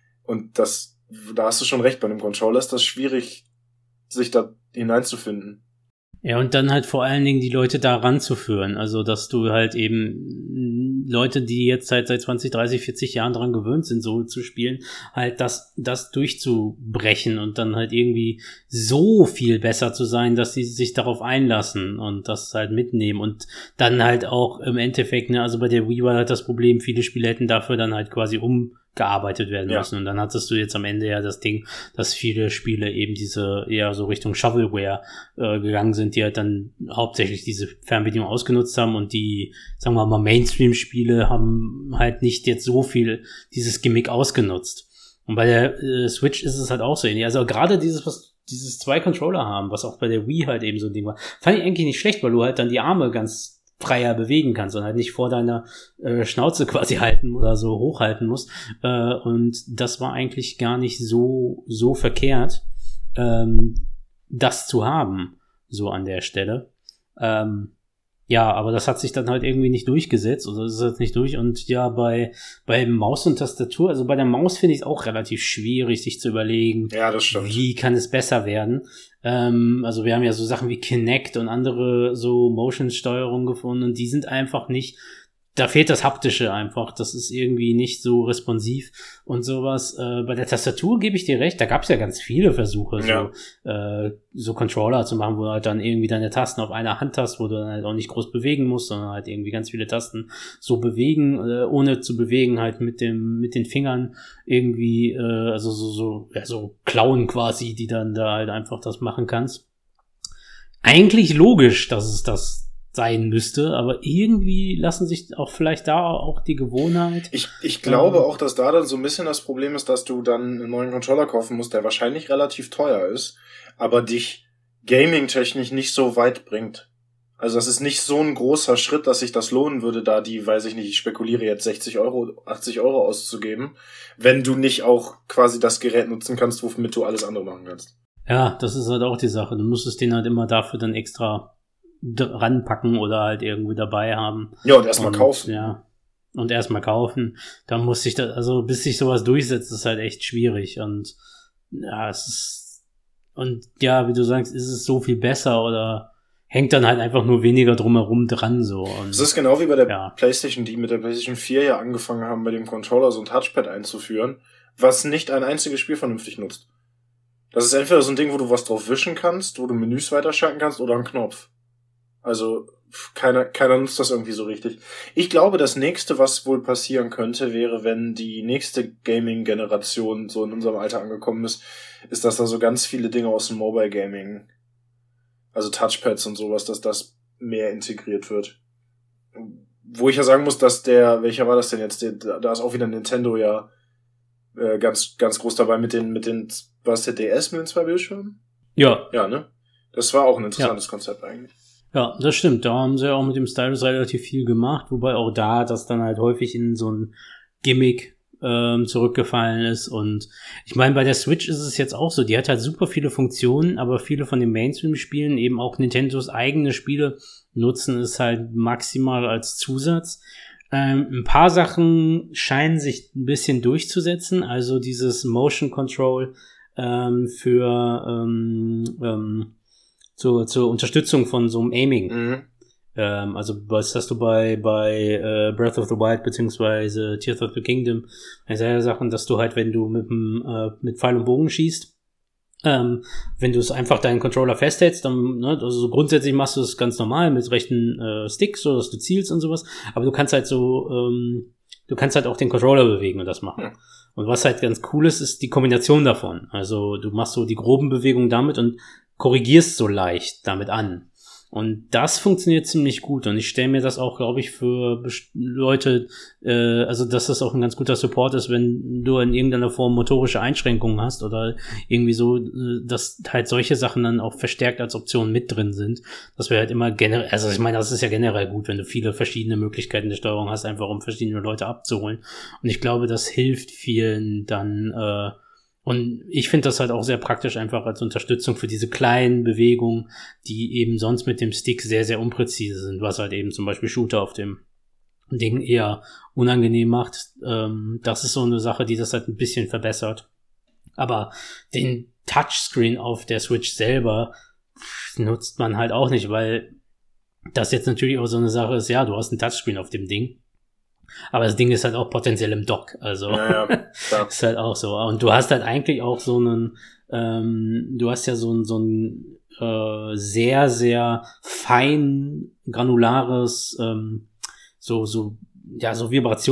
Und das, da hast du schon recht, bei einem Controller ist das schwierig, sich da hineinzufinden. Ja, und dann halt vor allen Dingen die Leute da ranzuführen. Also, dass du halt eben Leute, die jetzt halt seit zwanzig, dreißig, vierzig Jahren dran gewöhnt sind, so zu spielen, halt das, das durchzubrechen und dann halt irgendwie so viel besser zu sein, dass sie sich darauf einlassen und das halt mitnehmen und dann halt auch im Endeffekt, ne, also bei der Wii war halt das Problem, viele Spiele hätten dafür dann halt quasi um gearbeitet werden müssen. Ja. Und dann hattest du jetzt am Ende ja das Ding, dass viele Spiele eben diese eher so Richtung Shovelware äh, gegangen sind, die halt dann hauptsächlich diese Fernbedienung ausgenutzt haben und die, sagen wir mal, Mainstream-Spiele haben halt nicht jetzt so viel dieses Gimmick ausgenutzt. Und bei der äh, Switch ist es halt auch so ähnlich. Also gerade dieses, was dieses zwei Controller haben, was auch bei der Wii halt eben so ein Ding war, fand ich eigentlich nicht schlecht, weil du halt dann die Arme ganz freier bewegen kannst und halt nicht vor deiner äh, Schnauze quasi halten oder so hochhalten musst. Äh, und das war eigentlich gar nicht so so verkehrt, ähm, das zu haben, so an der Stelle. Ähm, ja, aber das hat sich dann halt irgendwie nicht durchgesetzt oder ist halt nicht durch. Und ja, bei bei Maus und Tastatur, also bei der Maus finde ich es auch relativ schwierig, sich zu überlegen, ja, das stimmt. Wie kann es besser werden. Ähm, also wir haben ja so Sachen wie Kinect und andere so Motion-Steuerung gefunden und die sind einfach nicht, da fehlt das Haptische einfach, das ist irgendwie nicht so responsiv und sowas. Äh, bei der Tastatur gebe ich dir recht, da gab es ja ganz viele Versuche, ja. so, äh, so Controller zu machen, wo du halt dann irgendwie deine Tasten auf einer Hand hast, wo du dann halt auch nicht groß bewegen musst, sondern halt irgendwie ganz viele Tasten so bewegen, äh, ohne zu bewegen, halt mit dem mit den Fingern irgendwie, äh, also so, so, ja, so Klauen quasi, die dann da halt einfach das machen kannst. Eigentlich logisch, dass es das sein müsste, aber irgendwie lassen sich auch vielleicht da auch die Gewohnheit. Ich, ich glaube ähm, auch, dass da dann so ein bisschen das Problem ist, dass du dann einen neuen Controller kaufen musst, der wahrscheinlich relativ teuer ist, aber dich gaming-technisch nicht so weit bringt. Also das ist nicht so ein großer Schritt, dass sich das lohnen würde, da die, weiß ich nicht, ich spekuliere jetzt sechzig Euro, achtzig Euro auszugeben, wenn du nicht auch quasi das Gerät nutzen kannst, womit du alles andere machen kannst. Ja, das ist halt auch die Sache. Du musstest den halt immer dafür dann extra ranpacken oder halt irgendwie dabei haben. Ja, und erstmal kaufen. Ja, und erstmal kaufen. Dann muss ich da, also bis sich sowas durchsetzt, ist halt echt schwierig und ja, es ist, und ja, wie du sagst, ist es so viel besser oder hängt dann halt einfach nur weniger drumherum dran, so. Und es ist genau wie bei der ja. PlayStation, die mit der PlayStation vier ja angefangen haben, bei dem Controller so ein Touchpad einzuführen, was nicht ein einziges Spiel vernünftig nutzt. Das ist entweder so ein Ding, wo du was drauf wischen kannst, wo du Menüs weiterschalten kannst oder einen Knopf. Also keiner, keiner nutzt das irgendwie so richtig. Ich glaube, das nächste, was wohl passieren könnte, wäre, wenn die nächste Gaming-Generation so in unserem Alter angekommen ist, ist, dass da so ganz viele Dinge aus dem Mobile Gaming, also Touchpads und sowas, dass das mehr integriert wird. Wo ich ja sagen muss, dass der, welcher war das denn jetzt? Der, da ist auch wieder Nintendo ja äh, ganz, ganz groß dabei mit den, mit den, war es der D S mit den zwei Bildschirmen? Ja. Ja, ne? Das war auch ein interessantes ja. Konzept eigentlich. Ja, das stimmt. Da haben sie ja auch mit dem Stylus relativ viel gemacht, wobei auch da das dann halt häufig in so ein Gimmick ähm, zurückgefallen ist. Und ich meine, bei der Switch ist es jetzt auch so, die hat halt super viele Funktionen, aber viele von den Mainstream-Spielen, eben auch Nintendos eigene Spiele, nutzen es halt maximal als Zusatz. Ähm, ein paar Sachen scheinen sich ein bisschen durchzusetzen, also dieses Motion Control ähm, für ähm, ähm, zur, zur Unterstützung von so einem Aiming. Mhm. Ähm, also was hast du bei bei äh, Breath of the Wild beziehungsweise Tears of the Kingdom, also Sachen, dass du halt, wenn du mit dem äh, mit Pfeil und Bogen schießt, Ähm, wenn du es einfach deinen Controller festhältst, dann, ne, also so grundsätzlich machst du es ganz normal mit rechten äh, Sticks, so dass du zielst und sowas, aber du kannst halt so, ähm, du kannst halt auch den Controller bewegen und das machen. Ja. Und was halt ganz cool ist, ist die Kombination davon. Also du machst so die groben Bewegungen damit und korrigierst so leicht damit an. Und das funktioniert ziemlich gut und ich stelle mir das auch, glaube ich, für best- Leute, äh, also dass das auch ein ganz guter Support ist, wenn du in irgendeiner Form motorische Einschränkungen hast oder irgendwie so, äh, dass halt solche Sachen dann auch verstärkt als Option mit drin sind. Das wäre halt immer generell, also ich meine, das ist ja generell gut, wenn du viele verschiedene Möglichkeiten der Steuerung hast, einfach um verschiedene Leute abzuholen. Und ich glaube, das hilft vielen dann, äh, und ich finde das halt auch sehr praktisch einfach als Unterstützung für diese kleinen Bewegungen, die eben sonst mit dem Stick sehr, sehr unpräzise sind, was halt eben zum Beispiel Shooter auf dem Ding eher unangenehm macht. Ähm, das ist so eine Sache, die das halt ein bisschen verbessert. Aber den Touchscreen auf der Switch selber nutzt man halt auch nicht, weil das jetzt natürlich auch so eine Sache ist, ja, du hast einen Touchscreen auf dem Ding. Aber das Ding ist halt auch potenziell im Dock, also ja, ja, ist halt auch so. Und du hast halt eigentlich auch so einen, ähm, du hast ja so ein, so ein äh, sehr, sehr fein granulares, ähm, so, so, ja, so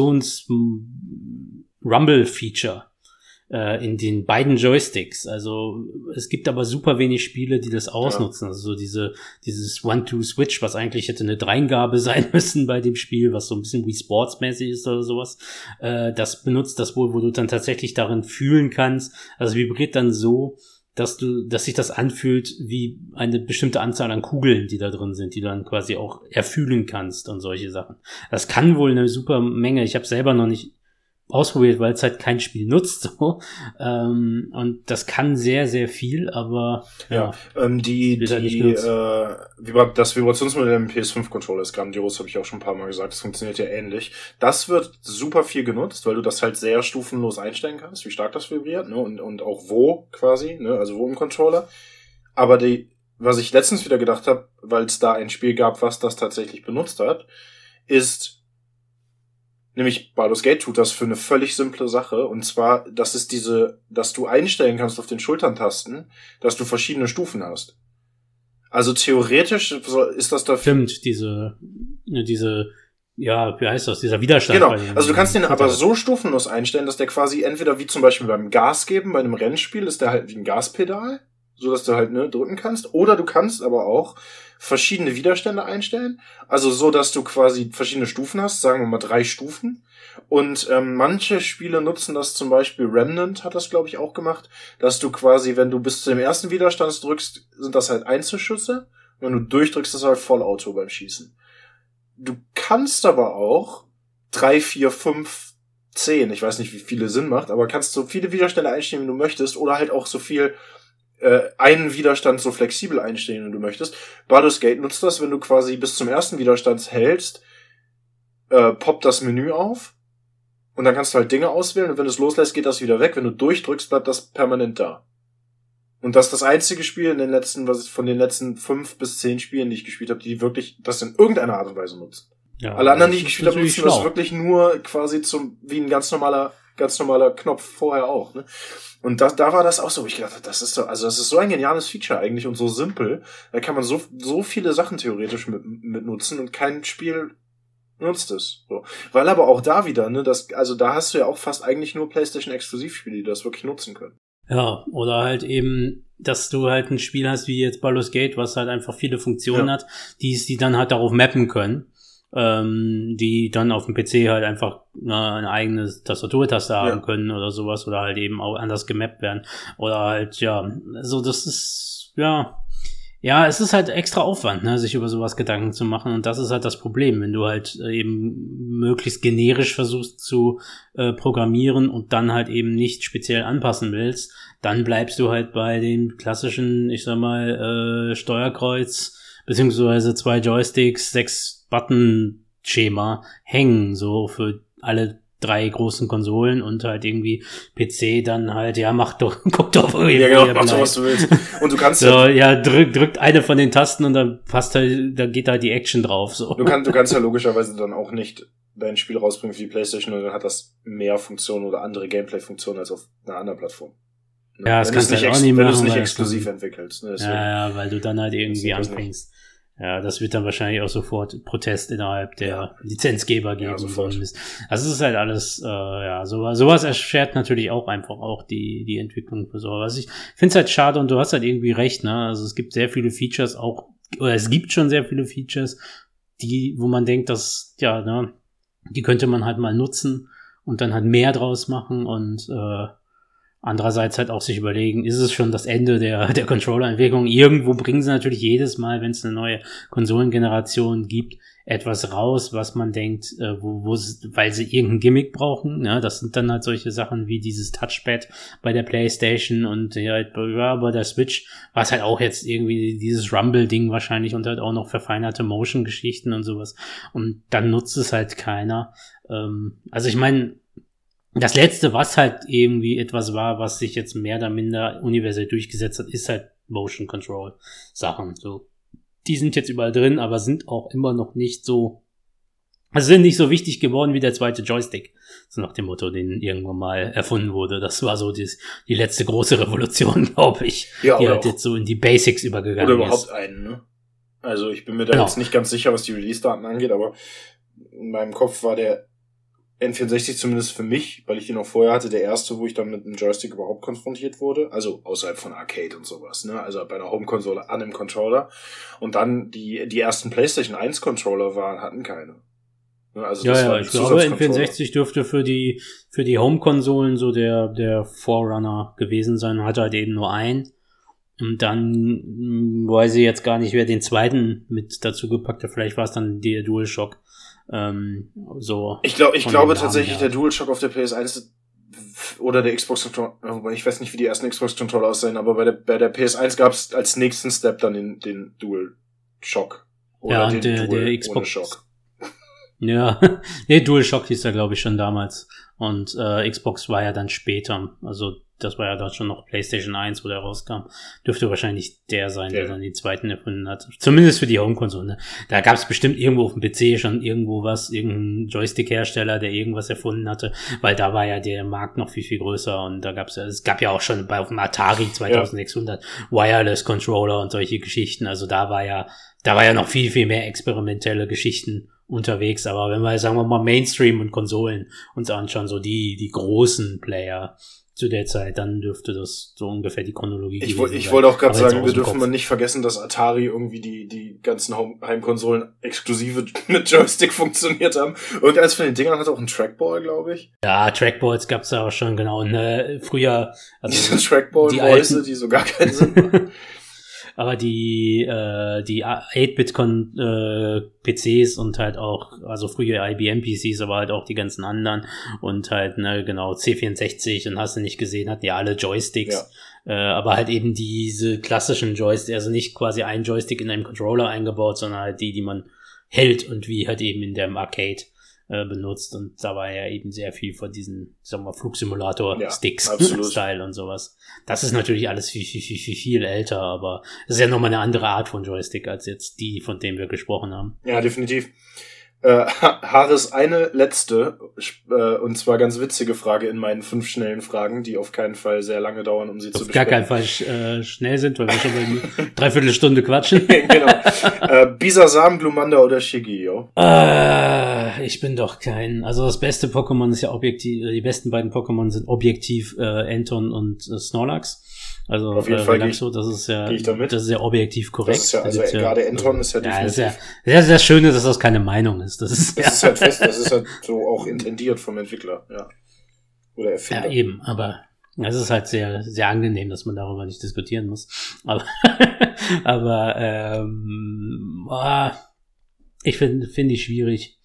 Vibrations-Rumble-Feature äh, in den beiden Joysticks. Also es gibt aber super wenig Spiele, die das ausnutzen. Ja. Also so diese dieses One-Two-Switch, was eigentlich hätte eine Dreingabe sein müssen bei dem Spiel, was so ein bisschen Wii Sports-mäßig ist oder sowas. Äh, das benutzt das wohl, wo du dann tatsächlich darin fühlen kannst. Also vibriert dann so, dass du, dass sich das anfühlt wie eine bestimmte Anzahl an Kugeln, die da drin sind, die du dann quasi auch erfühlen kannst und solche Sachen. Das kann wohl eine super Menge. Ich habe selber noch nicht ausprobiert, weil es halt kein Spiel nutzt, so. Ähm, und das kann sehr, sehr viel, aber ja, ja ähm, die, die, halt äh, das Vibrationsmodell im P S fünf Controller ist grandios, habe ich auch schon ein paar Mal gesagt, das funktioniert ja ähnlich. Das wird super viel genutzt, weil du das halt sehr stufenlos einstellen kannst, wie stark das vibriert, ne, und, und auch wo quasi, ne, also wo im Controller. Aber die, was ich letztens wieder gedacht habe, weil es da ein Spiel gab, was das tatsächlich benutzt hat, ist, nämlich Baldur's Gate tut das für eine völlig simple Sache. Und zwar, das ist diese, dass du einstellen kannst auf den Schulterntasten, dass du verschiedene Stufen hast. Also theoretisch ist das dafür... Stimmt, diese, diese, ja, wie heißt das, dieser Widerstand. Genau, also du kannst den aber so stufenlos einstellen, dass der quasi entweder wie zum Beispiel beim Gas geben, bei einem Rennspiel ist der halt wie ein Gaspedal, so dass du halt, ne, drücken kannst. Oder du kannst aber auch verschiedene Widerstände einstellen, also so, dass du quasi verschiedene Stufen hast, sagen wir mal drei Stufen. Und ähm, manche Spiele nutzen das, zum Beispiel Remnant hat das, glaube ich, auch gemacht, dass du quasi, wenn du bis zu dem ersten Widerstand drückst, sind das halt Einzelschüsse. Wenn du durchdrückst, ist das halt Vollauto beim Schießen. Du kannst aber auch drei, vier, fünf, zehn, ich weiß nicht, wie viele Sinn macht, aber kannst so viele Widerstände einstellen, wie du möchtest, oder halt auch so viel Äh, einen Widerstand so flexibel einstellen, wenn du möchtest. Baldur's Gate nutzt das, wenn du quasi bis zum ersten Widerstand hältst, äh, poppt das Menü auf und dann kannst du halt Dinge auswählen und wenn du es loslässt, geht das wieder weg. Wenn du durchdrückst, bleibt das permanent da. Und das ist das einzige Spiel in den letzten, was ich von den letzten fünf bis zehn Spielen, die ich gespielt habe, die wirklich das in irgendeiner Art und Weise nutzen. Ja, alle anderen, die ich gespielt habe, nutzen das wirklich nur quasi zum, wie ein ganz normaler, ganz normaler Knopf vorher auch, ne? Und da, da war das auch so, wo ich gedacht habe, das ist so, also das ist so ein geniales Feature eigentlich und so simpel. Da kann man so, so viele Sachen theoretisch mit, mit nutzen und kein Spiel nutzt es. So. Weil aber auch da wieder, ne, das, also da hast du ja auch fast eigentlich nur PlayStation-Exklusivspiele, die das wirklich nutzen können. Ja, oder halt eben, dass du halt ein Spiel hast wie jetzt Baldur's Gate, was halt einfach viele Funktionen ja. hat, die es, die dann halt darauf mappen können. Ähm, die dann auf dem P C halt einfach na, eine eigene Tastaturtaste ja. haben können oder sowas oder halt eben auch anders gemappt werden oder halt, ja, also das ist, ja, ja, es ist halt extra Aufwand, ne, sich über sowas Gedanken zu machen und das ist halt das Problem, wenn du halt eben möglichst generisch versuchst zu äh, programmieren und dann halt eben nicht speziell anpassen willst, dann bleibst du halt bei dem klassischen, ich sag mal, äh, Steuerkreuz beziehungsweise zwei Joysticks, sechs Button Schema hängen, so für alle drei großen Konsolen und halt irgendwie P C dann halt, ja, mach doch, guck doch, wo ja, genau, mach doch, was du willst. Und du kannst so, ja, ja drück, drückt eine von den Tasten und dann passt halt, da geht halt die Action drauf, so. Du kannst, du kannst ja logischerweise dann auch nicht dein Spiel rausbringen für die PlayStation und dann hat das mehr Funktionen oder andere Gameplay-Funktionen als auf einer anderen Plattform. Ne? Ja, das kannst du halt auch ex- nicht machen. Wenn du es nicht exklusiv entwickelst. Ne? Ja, ja, weil du dann halt irgendwie anfängst. Ja, das wird dann wahrscheinlich auch sofort Protest innerhalb der ja. Lizenzgeber geben. Ja, sofort. Also es ist halt alles, äh, ja, sowas, sowas erschwert natürlich auch einfach auch die die Entwicklung für sowas. Ich finde es halt schade und du hast halt irgendwie recht, ne? Also es gibt sehr viele Features auch, oder es gibt schon sehr viele Features, die, wo man denkt, dass, ja, ne, die könnte man halt mal nutzen und dann halt mehr draus machen und äh, andererseits halt auch sich überlegen, ist es schon das Ende der der Controller-Entwicklung? Irgendwo bringen sie natürlich jedes Mal, wenn es eine neue Konsolengeneration gibt, etwas raus, was man denkt, äh, wo, wo weil sie irgendein Gimmick brauchen. Ne? Das sind dann halt solche Sachen wie dieses Touchpad bei der PlayStation und ja, ja bei der Switch war es halt auch jetzt irgendwie dieses Rumble-Ding wahrscheinlich und halt auch noch verfeinerte Motion-Geschichten und sowas. Und dann nutzt es halt keiner. Ähm, also ich meine, das letzte, was halt irgendwie etwas war, was sich jetzt mehr oder minder universell durchgesetzt hat, ist halt Motion Control Sachen. So, die sind jetzt überall drin, aber sind auch immer noch nicht so, also sind nicht so wichtig geworden wie der zweite Joystick. So nach dem Motto, den irgendwann mal erfunden wurde. Das war so die, die letzte große Revolution, glaube ich, ja, die halt jetzt so in die Basics übergegangen ist. Oder überhaupt ist. einen, ne? Also ich bin mir da genau. jetzt nicht ganz sicher, was die Release-Daten angeht, aber in meinem Kopf war der N vierundsechzig zumindest für mich, weil ich den auch vorher hatte, der erste, wo ich dann mit einem Joystick überhaupt konfrontiert wurde, also außerhalb von Arcade und sowas, ne, also bei einer Home-Konsole an einem Controller und dann die die ersten PlayStation eins Controller waren, hatten keine. Ne, also ja, das ja, war ich glaube, N vierundsechzig dürfte für die für die Home-Konsolen so der der Forerunner gewesen sein, hatte halt eben nur einen. Und dann mh, weiß ich jetzt gar nicht, wer den zweiten mit dazu gepackt hat, vielleicht war es dann der DualShock. Ähm, so ich glaube, ich glaube tatsächlich, her. Der DualShock auf der P S eins oder der Xbox Controller, ich weiß nicht, wie die ersten Xbox Controller aussehen, aber bei der, bei der P S eins gab es als nächsten Step dann den, den DualShock. Oder ja, den der, Dual der Xbox. Ohne Shock. Ja, der DualShock hieß er, glaube ich, schon damals. Und äh, Xbox war ja dann später. Also das war ja dann schon noch PlayStation eins, wo der rauskam. Dürfte wahrscheinlich der sein, ja. der dann die zweiten erfunden hat. Zumindest für die Home-Konsole. Da gab es bestimmt irgendwo auf dem P C schon irgendwo was, irgendein Joystick-Hersteller, der irgendwas erfunden hatte, weil da war ja der Markt noch viel, viel größer und da gab's ja, es gab ja auch schon bei auf dem Atari zweitausendsechshundert ja. Wireless-Controller und solche Geschichten. Also da war ja, da war ja noch viel, viel mehr experimentelle Geschichten unterwegs, aber wenn wir, sagen wir mal, Mainstream und Konsolen uns anschauen, so die, die großen Player zu der Zeit, dann dürfte das so ungefähr die Chronologie ich gewesen Ich wollte auch gerade sagen, wir dürfen mal nicht vergessen, dass Atari irgendwie die, die ganzen Heimkonsolen exklusive mit Joystick funktioniert haben. Und eins von den Dingern hat auch einen Trackball, glaube ich. Ja, Trackballs gab's da auch schon, genau. Und, äh, früher, also diese Trackball-Mäuse, die, die so gar keinen Sinn machen. Aber die äh, die acht-Bit-P Cs und halt auch, also früher I B M-P Cs, aber halt auch die ganzen anderen und halt, ne, genau, C vierundsechzig und hast du nicht gesehen, hatten ja alle Joysticks. Ja. Äh, aber halt eben diese klassischen Joysticks, also nicht quasi ein Joystick in einem Controller eingebaut, sondern halt die, die man hält und wie halt eben in dem Arcade äh, benutzt. Und da war ja eben sehr viel von diesen, sagen wir mal, Flugsimulator-Sticks-Style und sowas. Das ist natürlich alles viel, viel, viel, viel, viel älter, aber es ist ja nochmal eine andere Art von Joystick als jetzt die, von denen wir gesprochen haben. Ja, definitiv. Äh, Haris, eine letzte, äh, und zwar ganz witzige Frage in meinen fünf schnellen Fragen, die auf keinen Fall sehr lange dauern, um sie auf zu besprechen. Auf gar keinen Fall äh, schnell sind, weil wir schon mal eine Dreiviertelstunde quatschen. Genau. Äh, Bisasam, Glumanda oder Shigio? Äh, ich bin doch kein, also das beste Pokémon ist ja objektiv, die besten beiden Pokémon sind objektiv äh, Anton und äh, Snorlax. Also auf jeden äh, Fall so, das ist ja, ich damit. das ist ja objektiv korrekt. Das ist ja, also das ist gerade ja, Anton ist ja definitiv. Ja, ist ja sehr, sehr schön, dass das keine Meinung ist. Das ist, das ja. ist halt fest, das ist halt so auch intendiert vom Entwickler, ja. Oder Erfinder. Ja, eben, aber es ist halt sehr, sehr angenehm, dass man darüber nicht diskutieren muss. Aber, aber ähm, oh, ich finde, finde ich schwierig.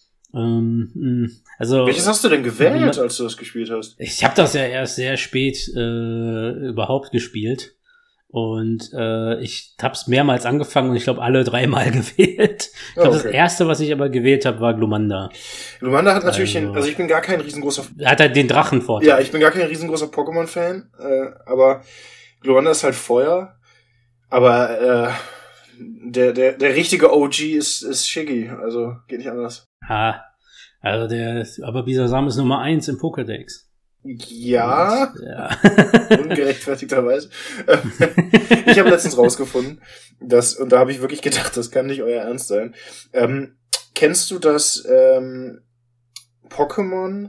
Ähm, also, welches hast du denn gewählt, als du das gespielt hast? Ich habe das ja erst sehr spät äh, überhaupt gespielt Und äh, ich hab's mehrmals angefangen und ich glaube alle dreimal gewählt. Ich glaube, oh, okay. Das erste, was ich aber gewählt habe, war Glumanda. Glumanda hat natürlich, also, ein, also ich bin gar kein riesengroßer... Er hat halt den Drachenvorteil. Ja, ich bin gar kein riesengroßer Pokémon-Fan, äh, aber Glumanda ist halt Feuer. Aber äh, der, der, der richtige O G ist, ist Shiggy, also geht nicht anders. Ah, also der, aber Bisasam ist Nummer eins im Pokédex. Ja, ja. Ungerechtfertigterweise. Ich habe letztens rausgefunden, dass, und da habe ich wirklich gedacht, das kann nicht euer Ernst sein. Ähm, kennst du das ähm, Pokémon,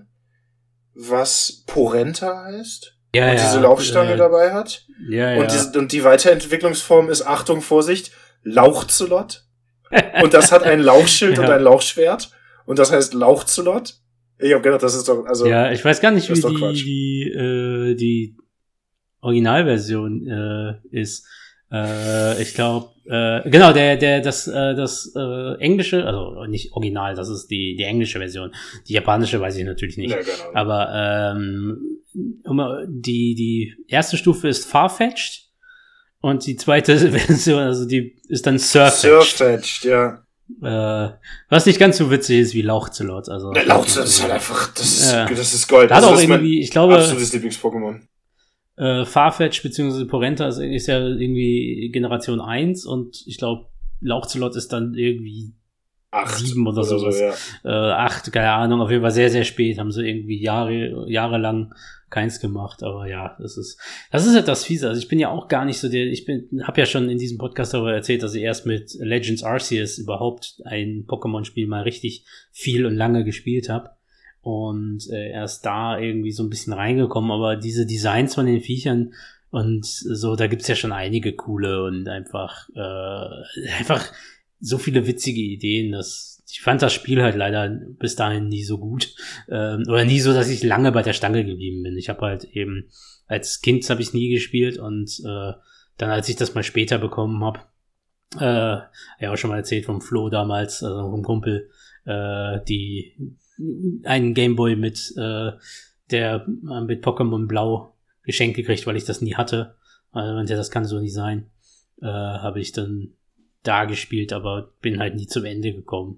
was Porenta heißt? Ja, und ja. diese Laufstange äh, dabei hat? Ja, ja. Und, diese, und die Weiterentwicklungsform ist, Achtung, Vorsicht, Lauchzelot. Und das hat ein Lauchschild ja. und ein Lauchschwert. Und das heißt Lauchzelot. Ich habe gedacht, das ist doch, also. Ja, ich weiß gar nicht, wie die, die, äh, die Originalversion, äh, ist. Äh, ich glaube, äh, genau, der, der, das, äh, das, äh, englische, also nicht original, das ist die, die englische Version. Die japanische weiß ich natürlich nicht. Ja, genau. Aber, ähm, die, die erste Stufe ist Farfetch'd und die zweite Version, also die ist dann Surfetch'd. Surfetch'd, ja. Äh, was nicht ganz so witzig ist wie Lauchzelot. Also, der Lauchzelot ist halt einfach, das ist, ja. das ist Gold. Da hat also, auch irgendwie, ich glaube, absolutes Lieblings-Pokémon. Äh, Farfetch bz. Porenta ist, ist ja irgendwie Generation eins und ich glaube, Lauchzelot ist dann irgendwie acht sieben oder, oder sowas. So, ja. Äh, acht, keine Ahnung, auf jeden Fall sehr, sehr spät, haben sie irgendwie Jahre, jahrelang keins gemacht, aber ja, das ist, das ist halt das Fiese. Also ich bin ja auch gar nicht so der, ich bin, hab ja schon in diesem Podcast darüber erzählt, dass ich erst mit Legends Arceus überhaupt ein Pokémon-Spiel mal richtig viel und lange gespielt habe und äh, erst da irgendwie so ein bisschen reingekommen, aber diese Designs von den Viechern und so, da gibt's ja schon einige coole und einfach, äh, einfach so viele witzige Ideen, dass ich fand das Spiel halt leider bis dahin nie so gut. Ähm, oder nie so, dass ich lange bei der Stange geblieben bin. Ich habe halt eben, als Kind habe ich nie gespielt und äh, dann, als ich das mal später bekommen habe, äh, ja auch schon mal erzählt vom Flo damals, also vom Kumpel, äh, die einen Gameboy mit äh, der mit Pokémon Blau geschenkt gekriegt, weil ich das nie hatte. Also meinte, das kann so nicht sein. Äh, habe ich dann da gespielt, aber bin halt nie zum Ende gekommen.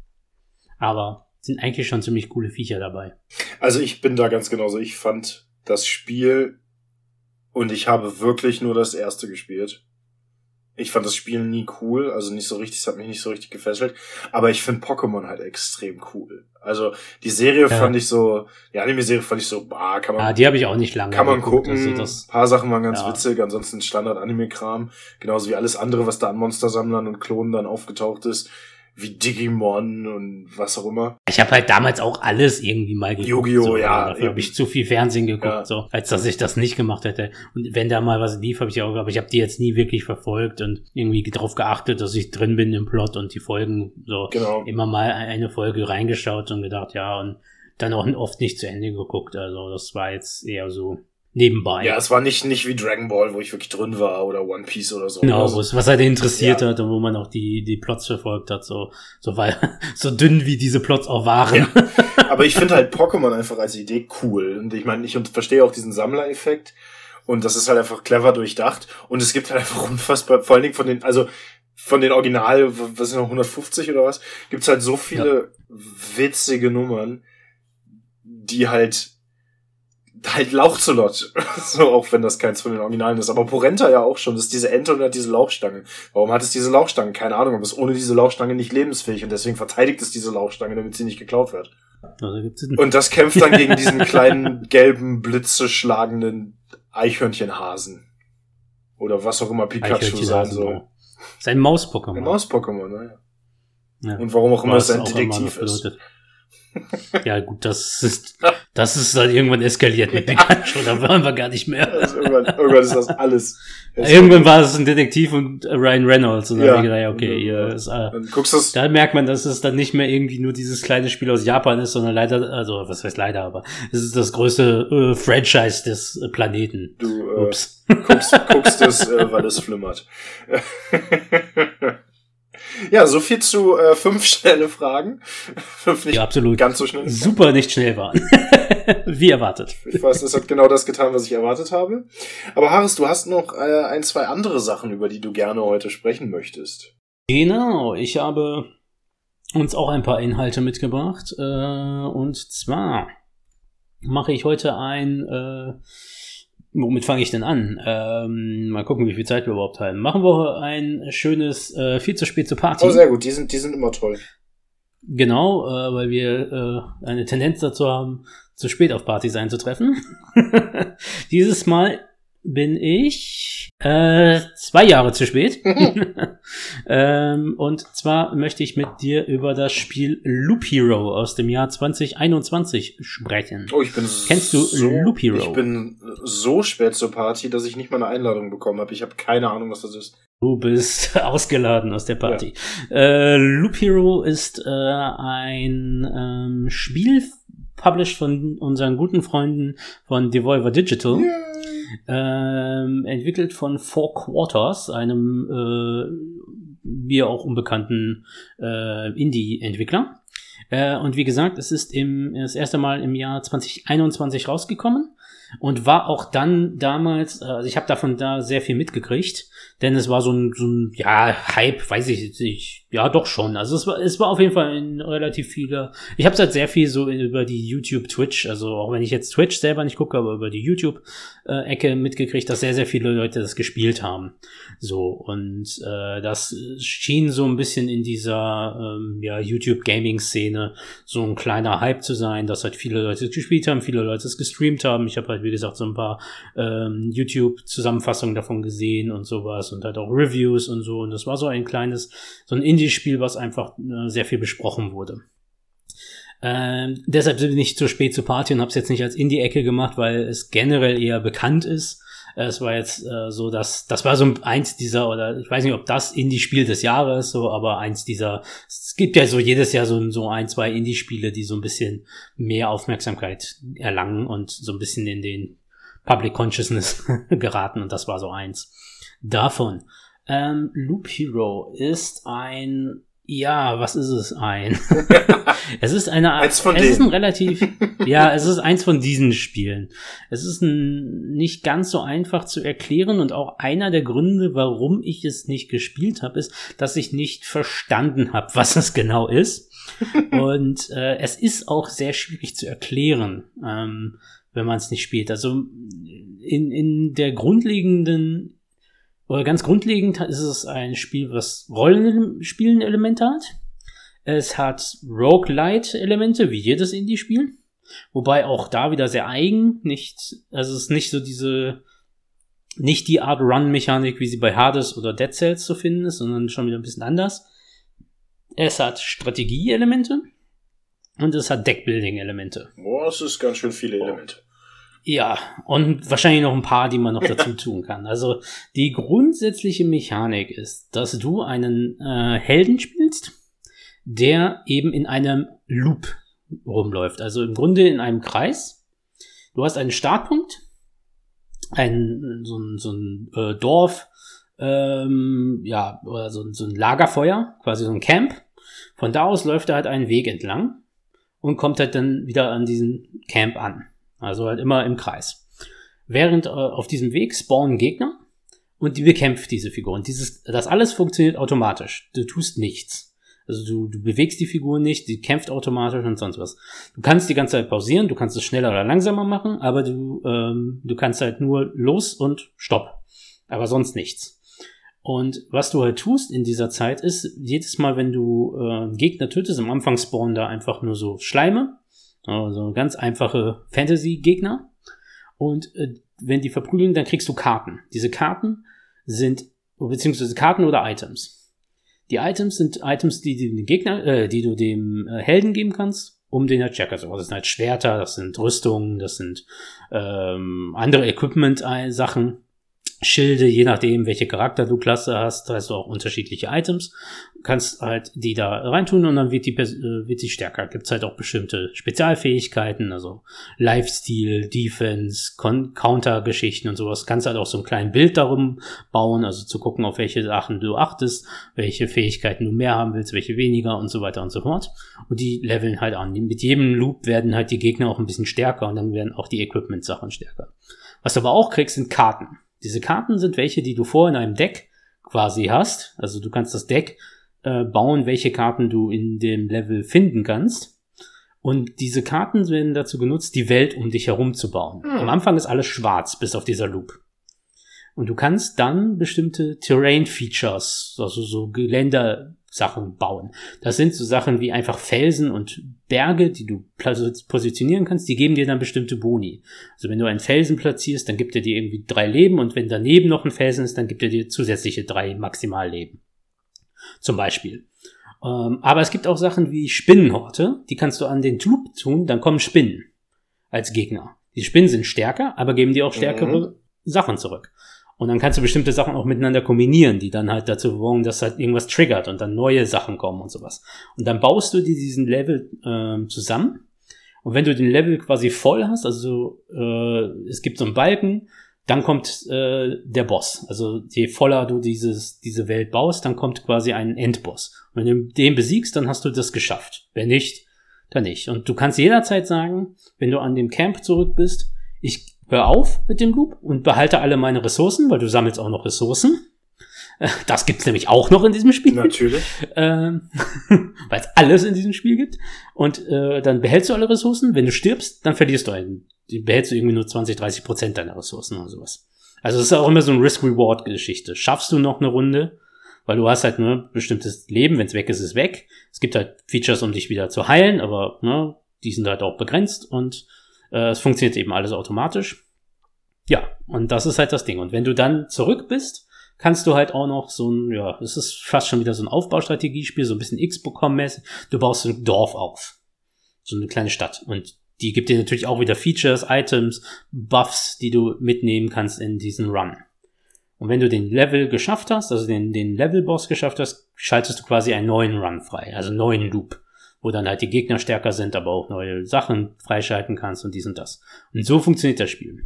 Aber sind eigentlich schon ziemlich coole Viecher dabei. Also ich bin da ganz genauso. Ich fand das Spiel und ich habe wirklich nur das erste gespielt. Ich fand das Spiel nie cool, also nicht so richtig, es hat mich nicht so richtig gefesselt. Aber ich finde Pokémon halt extrem cool. Also die Serie ja. fand ich so, die Anime-Serie fand ich so, bah, kann man... Ah, die habe ich auch nicht lange Kann man geguckt, gucken, also das, ein paar Sachen waren ganz ja. witzig, ansonsten Standard-Anime-Kram. Genauso wie alles andere, was da an Monstersammlern und Klonen dann aufgetaucht ist. Wie Digimon und was auch immer. Ich habe halt damals auch alles irgendwie mal geguckt. Yu-Gi-Oh! So, ja. Dafür habe ich zu viel Fernsehen geguckt, ja. so, als dass ich das nicht gemacht hätte. Und wenn da mal was lief, habe ich auch, aber ich habe die jetzt nie wirklich verfolgt und irgendwie darauf geachtet, dass ich drin bin im Plot und die Folgen so genau. immer mal eine Folge reingeschaut und gedacht, ja, und dann auch oft nicht zu Ende geguckt. Also das war jetzt eher so nebenbei. Ja, es war nicht nicht wie Dragon Ball, wo ich wirklich drin war, oder One Piece oder so. Genau, also, was halt interessiert ja. hat und wo man auch die die Plots verfolgt hat, so so weil so dünn wie diese Plots auch waren. Ja. Aber ich finde halt Pokémon einfach als Idee cool und ich meine, ich verstehe auch diesen Sammlereffekt und das ist halt einfach clever durchdacht und es gibt halt einfach unfassbar, vor allen Dingen von den, also von den Original, was sind noch hundertfünfzig oder was, gibt's halt so viele ja. witzige Nummern, die halt halt Lauchzelot. So, auch wenn das keins von den Originalen ist. Aber Porenta ja auch schon. Das ist diese Ente und hat diese Lauchstange. Warum hat es diese Lauchstange? Keine Ahnung, aber es ist ohne diese Lauchstange nicht lebensfähig und deswegen verteidigt es diese Lauchstange, damit sie nicht geklaut wird. Also gibt's und das kämpft dann gegen diesen kleinen, gelben, Blitze schlagenden Eichhörnchenhasen. Oder was auch immer Pikachu sein soll. Das ist ein Maus-Pokémon. Ein Maus-Pokémon, naja. Ja. Und warum auch immer es ein Detektiv ist. Ja, gut, das ist, das ist dann irgendwann eskaliert mit Pikachu, da waren wir gar nicht mehr. Also irgendwann, irgendwann ist das alles. Irgendwann war es ein Detektiv und Ryan Reynolds und dann ja. habe ich gedacht, okay, hier ist, äh, dann guckst du's. Da merkt man, dass es dann nicht mehr irgendwie nur dieses kleine Spiel aus Japan ist, sondern leider, also, was heißt leider, aber es ist das größte äh, Franchise des äh, Planeten. Du, äh, Ups. guckst, guckst es, äh, weil es flimmert. Ja, so viel zu äh, fünf schnelle Fragen. Fünf nicht ja, absolut. ganz so schnell. Super nicht schnell waren. Wie erwartet. Ich weiß, es hat genau das getan, was ich erwartet habe. Aber Haris, du hast noch äh, ein, zwei andere Sachen, über die du gerne heute sprechen möchtest. Genau, ich habe uns auch ein paar Inhalte mitgebracht. Äh, und zwar mache ich heute ein... Äh, womit fange ich denn an? Ähm, mal gucken, wie viel Zeit wir überhaupt haben. Machen wir ein schönes äh, viel zu spät zur Party. Oh, sehr gut, die sind, die sind immer toll. Genau, äh, weil wir äh, eine Tendenz dazu haben, zu spät auf Partys einzutreffen. Dieses Mal bin ich äh, zwei Jahre zu spät. ähm, und zwar möchte ich mit dir über das Spiel Loop Hero aus dem Jahr zwanzig einundzwanzig sprechen. Oh, ich bin Kennst du so, Loop Hero? Ich bin so spät zur Party, dass ich nicht mal eine Einladung bekommen habe. Ich habe keine Ahnung, was das ist. Du bist ausgeladen aus der Party. Ja. Äh, Loop Hero ist äh, ein ähm, Spiel, published von unseren guten Freunden von Devolver Digital. Yeah. Ähm, entwickelt von Four Quarters, einem äh, mir auch unbekannten äh, Indie-Entwickler. Äh, und wie gesagt, es ist im, das erste Mal im Jahr zwanzig einundzwanzig rausgekommen und war auch dann damals, also ich habe davon da sehr viel mitgekriegt, denn es war so ein, so ein ja, Hype, weiß ich nicht, ja doch schon, also es war, es war auf jeden Fall ein relativ viele, ich habe es halt sehr viel so über die YouTube, Twitch, also auch wenn ich jetzt Twitch selber nicht gucke, aber über die YouTube-Ecke mitgekriegt, dass sehr, sehr viele Leute das gespielt haben, so, und äh, das schien so ein bisschen in dieser ähm, ja, YouTube-Gaming-Szene so ein kleiner Hype zu sein, dass halt viele Leute es gespielt haben, viele Leute es gestreamt haben, ich habe halt wie gesagt so ein paar ähm, YouTube-Zusammenfassungen davon gesehen und sowas und halt auch Reviews und so, und das war so ein kleines, so ein Indie-Spiel, was einfach äh, sehr viel besprochen wurde. Ähm, deshalb bin ich zu spät zur Party und habe es jetzt nicht als Indie-Ecke gemacht, weil es generell eher bekannt ist. Es war jetzt äh, so, dass das war so eins dieser, oder ich weiß nicht, ob das Indie-Spiel des Jahres so, aber eins dieser, es gibt ja so jedes Jahr so, so ein, zwei Indie-Spiele, die so ein bisschen mehr Aufmerksamkeit erlangen und so ein bisschen in den Public Consciousness geraten, und das war so eins davon. Ähm, Loop Hero ist ein, ja, was ist es ein? Es ist eine Art, es denen. ist ein relativ, ja, es ist eins von diesen Spielen. Es ist ein, nicht ganz so einfach zu erklären, und auch einer der Gründe, warum ich es nicht gespielt habe, ist, dass ich nicht verstanden habe, was es genau ist. Und äh, es ist auch sehr schwierig zu erklären, ähm, wenn man es nicht spielt. Also in, in der grundlegenden Oder ganz grundlegend ist es ein Spiel, was Rollenspielen-Elemente hat. Es hat Roguelite-Elemente, wie jedes Indie-Spiel. Wobei auch da wieder sehr eigen. Nicht, also es ist nicht so diese, nicht die Art Run-Mechanik, wie sie bei Hades oder Dead Cells zu finden ist, sondern schon wieder ein bisschen anders. Es hat Strategie-Elemente. Und es hat Deckbuilding-Elemente. Boah, das ist ganz schön viele Elemente. Ja, und wahrscheinlich noch ein paar, die man noch dazu tun kann. Also die grundsätzliche Mechanik ist, dass du einen äh, Helden spielst, der eben in einem Loop rumläuft. Also im Grunde in einem Kreis. Du hast einen Startpunkt, ein so ein, so ein äh, Dorf, ähm, ja, oder so, so ein Lagerfeuer, quasi so ein Camp. Von da aus läuft er halt einen Weg entlang und kommt halt dann wieder an diesen Camp an. Also halt immer im Kreis. Während äh, auf diesem Weg spawnen Gegner und die bekämpft diese Figur. Und dieses, das alles funktioniert automatisch. Du tust nichts. Also du, du bewegst die Figur nicht, die kämpft automatisch und sonst was. Du kannst die ganze Zeit pausieren, du kannst es schneller oder langsamer machen, aber du, ähm, du kannst halt nur los und stopp. Aber sonst nichts. Und was du halt tust in dieser Zeit ist, jedes Mal, wenn du äh, einen Gegner tötest, am Anfang spawnen da einfach nur so Schleime. Also ganz einfache Fantasy-Gegner. Und äh, wenn die verprügeln, dann kriegst du Karten. Diese Karten sind, beziehungsweise Karten oder Items. Die Items sind Items, die du dem Gegner, äh, die du dem äh, Helden geben kannst, um den halt stärker zu machen. Das sind halt Schwerter, das sind Rüstungen, das sind ähm, andere Equipment-Sachen. Schilde, je nachdem, welche Charakter du Klasse hast, hast du auch unterschiedliche Items. Du kannst halt die da reintun und dann wird die, wird die stärker. Gibt's halt auch bestimmte Spezialfähigkeiten, also Lifesteal, Defense, Con- Counter-Geschichten und sowas. Kannst halt auch so ein kleines Bild darum bauen, also zu gucken, auf welche Sachen du achtest, welche Fähigkeiten du mehr haben willst, welche weniger und so weiter und so fort. Und die leveln halt an. Mit jedem Loop werden halt die Gegner auch ein bisschen stärker und dann werden auch die Equipment-Sachen stärker. Was du aber auch kriegst, sind Karten. Diese Karten sind welche, die du vor in einem Deck quasi hast. Also du kannst das Deck äh, bauen, welche Karten du in dem Level finden kannst. Und diese Karten werden dazu genutzt, die Welt um dich herum zu bauen. Hm. Am Anfang ist alles schwarz, bis auf dieser Loop. Und du kannst dann bestimmte Terrain-Features, also so Geländersachen bauen. Das sind so Sachen wie einfach Felsen und Berge, die du positionieren kannst, die geben dir dann bestimmte Boni. Also wenn du einen Felsen platzierst, dann gibt er dir irgendwie drei Leben und wenn daneben noch ein Felsen ist, dann gibt er dir zusätzliche drei Maximalleben. Zum Beispiel. Ähm, aber es gibt auch Sachen wie Spinnenhorte, die kannst du an den Loop tun, dann kommen Spinnen als Gegner. Die Spinnen sind stärker, aber geben dir auch stärkere mhm. Sachen zurück. Und dann kannst du bestimmte Sachen auch miteinander kombinieren, die dann halt dazu wollen, dass halt irgendwas triggert und dann neue Sachen kommen und sowas. Und dann baust du dir diesen Level äh, zusammen. Und wenn du den Level quasi voll hast, also äh, es gibt so einen Balken, dann kommt äh, der Boss. Also je voller du dieses diese Welt baust, dann kommt quasi ein Endboss. Und wenn du den besiegst, dann hast du das geschafft. Wenn nicht, dann nicht. Und du kannst jederzeit sagen, wenn du an dem Camp zurück bist, ich hör auf mit dem Loop und behalte alle meine Ressourcen, weil du sammelst auch noch Ressourcen. Das gibt's nämlich auch noch in diesem Spiel. Natürlich. Ähm, weil es alles in diesem Spiel gibt. Und äh, dann behältst du alle Ressourcen. Wenn du stirbst, dann verlierst du einen. Die behältst du irgendwie nur zwanzig, dreißig Prozent deiner Ressourcen oder sowas. Also es ist auch immer so eine Risk-Reward-Geschichte. Schaffst du noch eine Runde, weil du hast halt nur ein bestimmtes Leben. Wenn es weg ist, ist es weg. Es gibt halt Features, um dich wieder zu heilen, aber ne, die sind halt auch begrenzt und äh, es funktioniert eben alles automatisch. Ja, und das ist halt das Ding. Und wenn du dann zurück bist, kannst du halt auch noch so ein, ja, es ist fast schon wieder so ein Aufbaustrategiespiel, so ein bisschen X C O M-mäßig. Du baust so ein Dorf auf. So eine kleine Stadt. Und die gibt dir natürlich auch wieder Features, Items, Buffs, die du mitnehmen kannst in diesen Run. Und wenn du den Level geschafft hast, also den, den Level-Boss geschafft hast, schaltest du quasi einen neuen Run frei, also einen neuen Loop, wo dann halt die Gegner stärker sind, aber auch neue Sachen freischalten kannst und dies und das. Und so funktioniert das Spiel.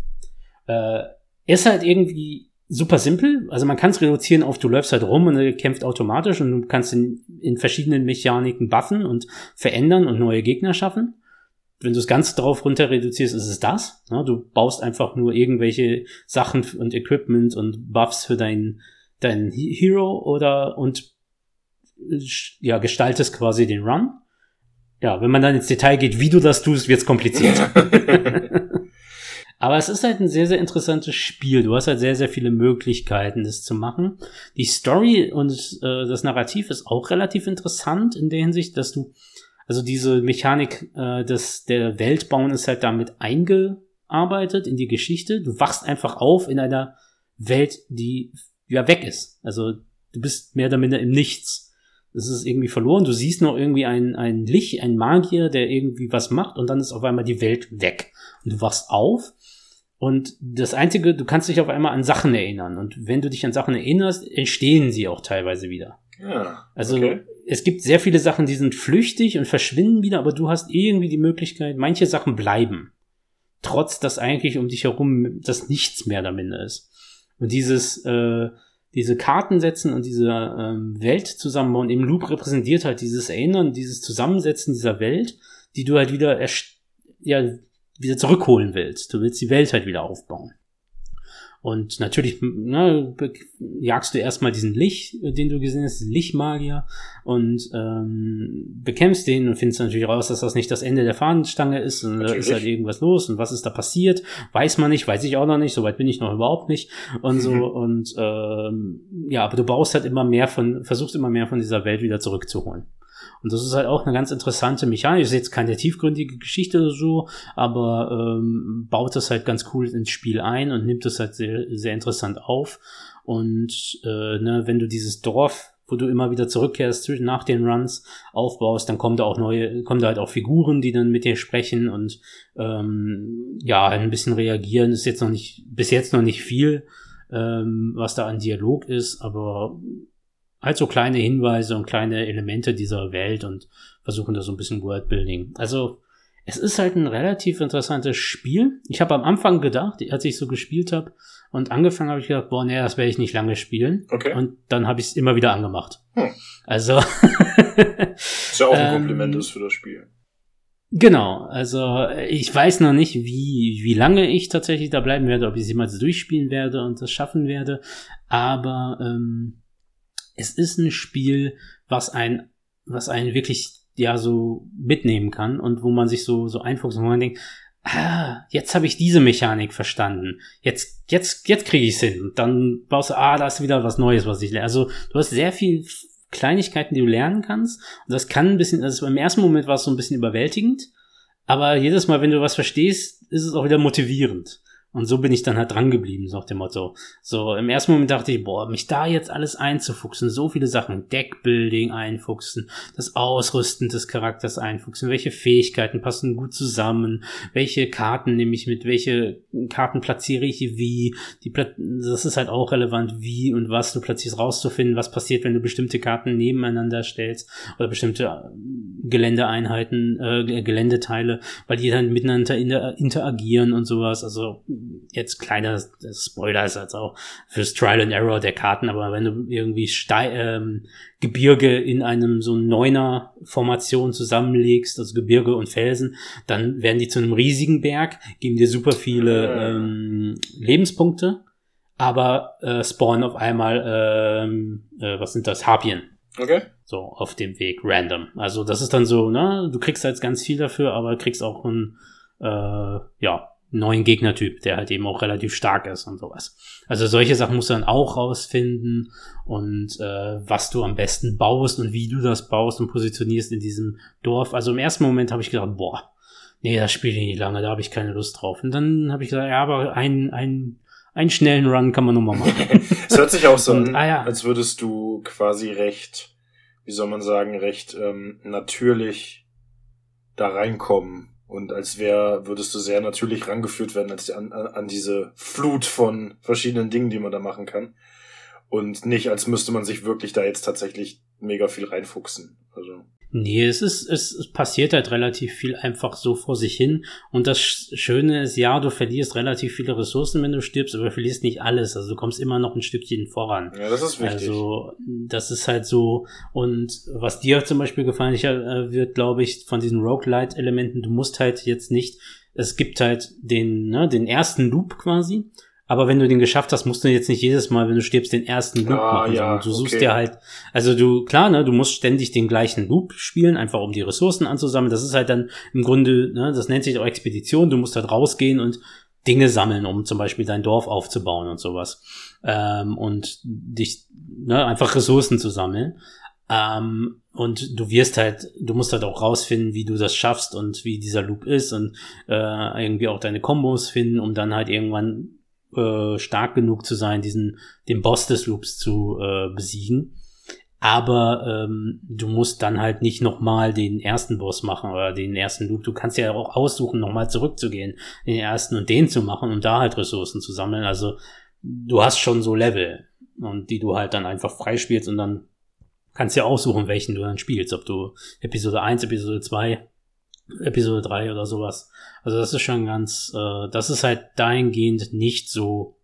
Äh, ist halt irgendwie super simpel, also man kann es reduzieren auf, du läufst halt rum und er kämpft automatisch und du kannst in, in verschiedenen Mechaniken buffen und verändern und neue Gegner schaffen. Wenn du es ganz drauf runter reduzierst, ist es das. Ja, du baust einfach nur irgendwelche Sachen und Equipment und Buffs für deinen dein Hero oder und ja, gestaltest quasi den Run. Ja, wenn man dann ins Detail geht, wie du das tust, wird's kompliziert. Aber es ist halt ein sehr, sehr interessantes Spiel. Du hast halt sehr, sehr viele Möglichkeiten, das zu machen. Die Story und äh, das Narrativ ist auch relativ interessant in der Hinsicht, dass du, also diese Mechanik äh, des, der Welt bauen ist halt damit eingearbeitet in die Geschichte. Du wachst einfach auf in einer Welt, die ja weg ist. Also du bist mehr oder minder im Nichts. Es ist irgendwie verloren. Du siehst noch irgendwie ein, ein Licht, ein Magier, der irgendwie was macht und dann ist auf einmal die Welt weg. Und du wachst auf. Und das Einzige, du kannst dich auf einmal an Sachen erinnern. Und wenn du dich an Sachen erinnerst, entstehen sie auch teilweise wieder. Ja, also okay. Es gibt sehr viele Sachen, die sind flüchtig und verschwinden wieder, aber du hast irgendwie die Möglichkeit, manche Sachen bleiben. Trotz, dass eigentlich um dich herum das Nichts mehr oder minder ist. Und dieses, äh, diese Karten setzen und diese ähm, Welt zusammenbauen, im Loop repräsentiert halt dieses Erinnern, dieses Zusammensetzen dieser Welt, die du halt wieder erst, ja, wieder zurückholen willst. Du willst die Welt halt wieder aufbauen. Und natürlich, ne, jagst du erstmal diesen Lich, den du gesehen hast, diesen Lichtmagier, und ähm, bekämpfst den und findest natürlich raus, dass das nicht das Ende der Fahnenstange ist, und da ist halt irgendwas los und was ist da passiert, weiß man nicht, weiß ich auch noch nicht, soweit bin ich noch überhaupt nicht und so mhm. und ähm, ja, aber du baust halt immer mehr von, versuchst immer mehr von dieser Welt wieder zurückzuholen. Und das ist halt auch eine ganz interessante Mechanik. Das ist jetzt keine tiefgründige Geschichte oder so, aber ähm, baut das halt ganz cool ins Spiel ein und nimmt das halt sehr, sehr interessant auf. Und äh, ne, wenn du dieses Dorf, wo du immer wieder zurückkehrst nach den Runs, aufbaust, dann kommen da auch neue, kommen da halt auch Figuren, die dann mit dir sprechen und ähm, ja, ein bisschen reagieren. Ist jetzt noch nicht, bis jetzt noch nicht viel. ähm, was da an Dialog ist, aber halt so kleine Hinweise und kleine Elemente dieser Welt und versuchen da so ein bisschen Worldbuilding. Also es ist halt ein relativ interessantes Spiel. Ich habe am Anfang gedacht, als ich so gespielt habe und angefangen habe ich gedacht, boah, nee, das werde ich nicht lange spielen. Okay. Und dann habe ich es immer wieder angemacht. Hm. Also ist ja auch ein Kompliment ähm, ist für das Spiel. Genau, also ich weiß noch nicht, wie wie lange ich tatsächlich da bleiben werde, ob ich es jemals durchspielen werde und das schaffen werde, aber ähm, es ist ein Spiel, was ein was einen wirklich ja so mitnehmen kann und wo man sich so so einfuchst und wo man denkt, ah, jetzt habe ich diese Mechanik verstanden, jetzt jetzt jetzt kriege ich es hin und dann baust du, ah, da ist wieder was Neues, was ich lerne. Also du hast sehr viel Kleinigkeiten, die du lernen kannst. Und das kann ein bisschen, also im ersten Moment war es so ein bisschen überwältigend, aber jedes Mal, wenn du was verstehst, ist es auch wieder motivierend. Und so bin ich dann halt dran geblieben, so nach dem Motto. So, im ersten Moment dachte ich, boah, mich da jetzt alles einzufuchsen, so viele Sachen, Deckbuilding einfuchsen, das Ausrüsten des Charakters einfuchsen, welche Fähigkeiten passen gut zusammen, welche Karten nehme ich mit, welche Karten platziere ich wie, die Pla- das ist halt auch relevant, wie und was du platzierst, rauszufinden, was passiert, wenn du bestimmte Karten nebeneinander stellst oder bestimmte Geländeeinheiten, äh, Geländeteile, weil die dann miteinander inter- interagieren und sowas, also jetzt kleiner Spoiler ist als auch fürs Trial and Error der Karten, aber wenn du irgendwie Ste- ähm, Gebirge in einem so neuner Formation zusammenlegst, also Gebirge und Felsen, dann werden die zu einem riesigen Berg, geben dir super viele ähm, Lebenspunkte, aber äh, spawnen auf einmal ähm, äh, was sind das? Harpien. Okay. So, auf dem Weg, random. Also das ist dann so, ne, du kriegst halt ganz viel dafür, aber kriegst auch einen, äh, ja, neuen Gegnertyp, der halt eben auch relativ stark ist und sowas. Also solche Sachen musst du dann auch rausfinden und äh, was du am besten baust und wie du das baust und positionierst in diesem Dorf. Also im ersten Moment habe ich gedacht, boah, nee, das spiele ich nicht lange, da habe ich keine Lust drauf. Und dann habe ich gesagt, ja, aber einen, einen, einen schnellen Run kann man nochmal machen. Es hört sich auch so und, an, ah, ja. als würdest du quasi recht, wie soll man sagen, recht ähm, natürlich da reinkommen. Und als wäre, würdest du sehr natürlich rangeführt werden als an, an diese Flut von verschiedenen Dingen, die man da machen kann. Und nicht, als müsste man sich wirklich da jetzt tatsächlich mega viel reinfuchsen. Also. Nee, es ist, es, es passiert halt relativ viel einfach so vor sich hin. Und das Schöne ist, ja, du verlierst relativ viele Ressourcen, wenn du stirbst, aber du verlierst nicht alles. Also du kommst immer noch ein Stückchen voran. Ja, das ist wichtig. Also das ist halt so. Und was dir zum Beispiel gefallen äh, wird, glaube ich, von diesen Roguelite-Elementen, du musst halt jetzt nicht, es gibt halt den, ne, den ersten Loop quasi. Aber wenn du den geschafft hast, musst du jetzt nicht jedes Mal, wenn du stirbst, den ersten Loop ah, machen. Ja, du suchst okay. dir halt, also du, klar, ne, du musst ständig den gleichen Loop spielen, einfach um die Ressourcen anzusammeln. Das ist halt dann im Grunde, ne, das nennt sich auch Expedition. Du musst halt rausgehen und Dinge sammeln, um zum Beispiel dein Dorf aufzubauen und sowas. Ähm, und dich, ne, einfach Ressourcen zu sammeln. Ähm, und du wirst halt, du musst halt auch rausfinden, wie du das schaffst und wie dieser Loop ist und äh, irgendwie auch deine Kombos finden, um dann halt irgendwann Äh, stark genug zu sein, diesen den Boss des Loops zu äh, besiegen. Aber ähm, du musst dann halt nicht nochmal den ersten Boss machen oder den ersten Loop. Du kannst ja auch aussuchen, nochmal zurückzugehen, den ersten und den zu machen und da halt Ressourcen zu sammeln. Also du hast schon so Level, und die du halt dann einfach freispielst und dann kannst du ja aussuchen, welchen du dann spielst. Ob du Episode eins, Episode zwei, Episode drei oder sowas. Also das ist schon ganz, äh, das ist halt dahingehend nicht so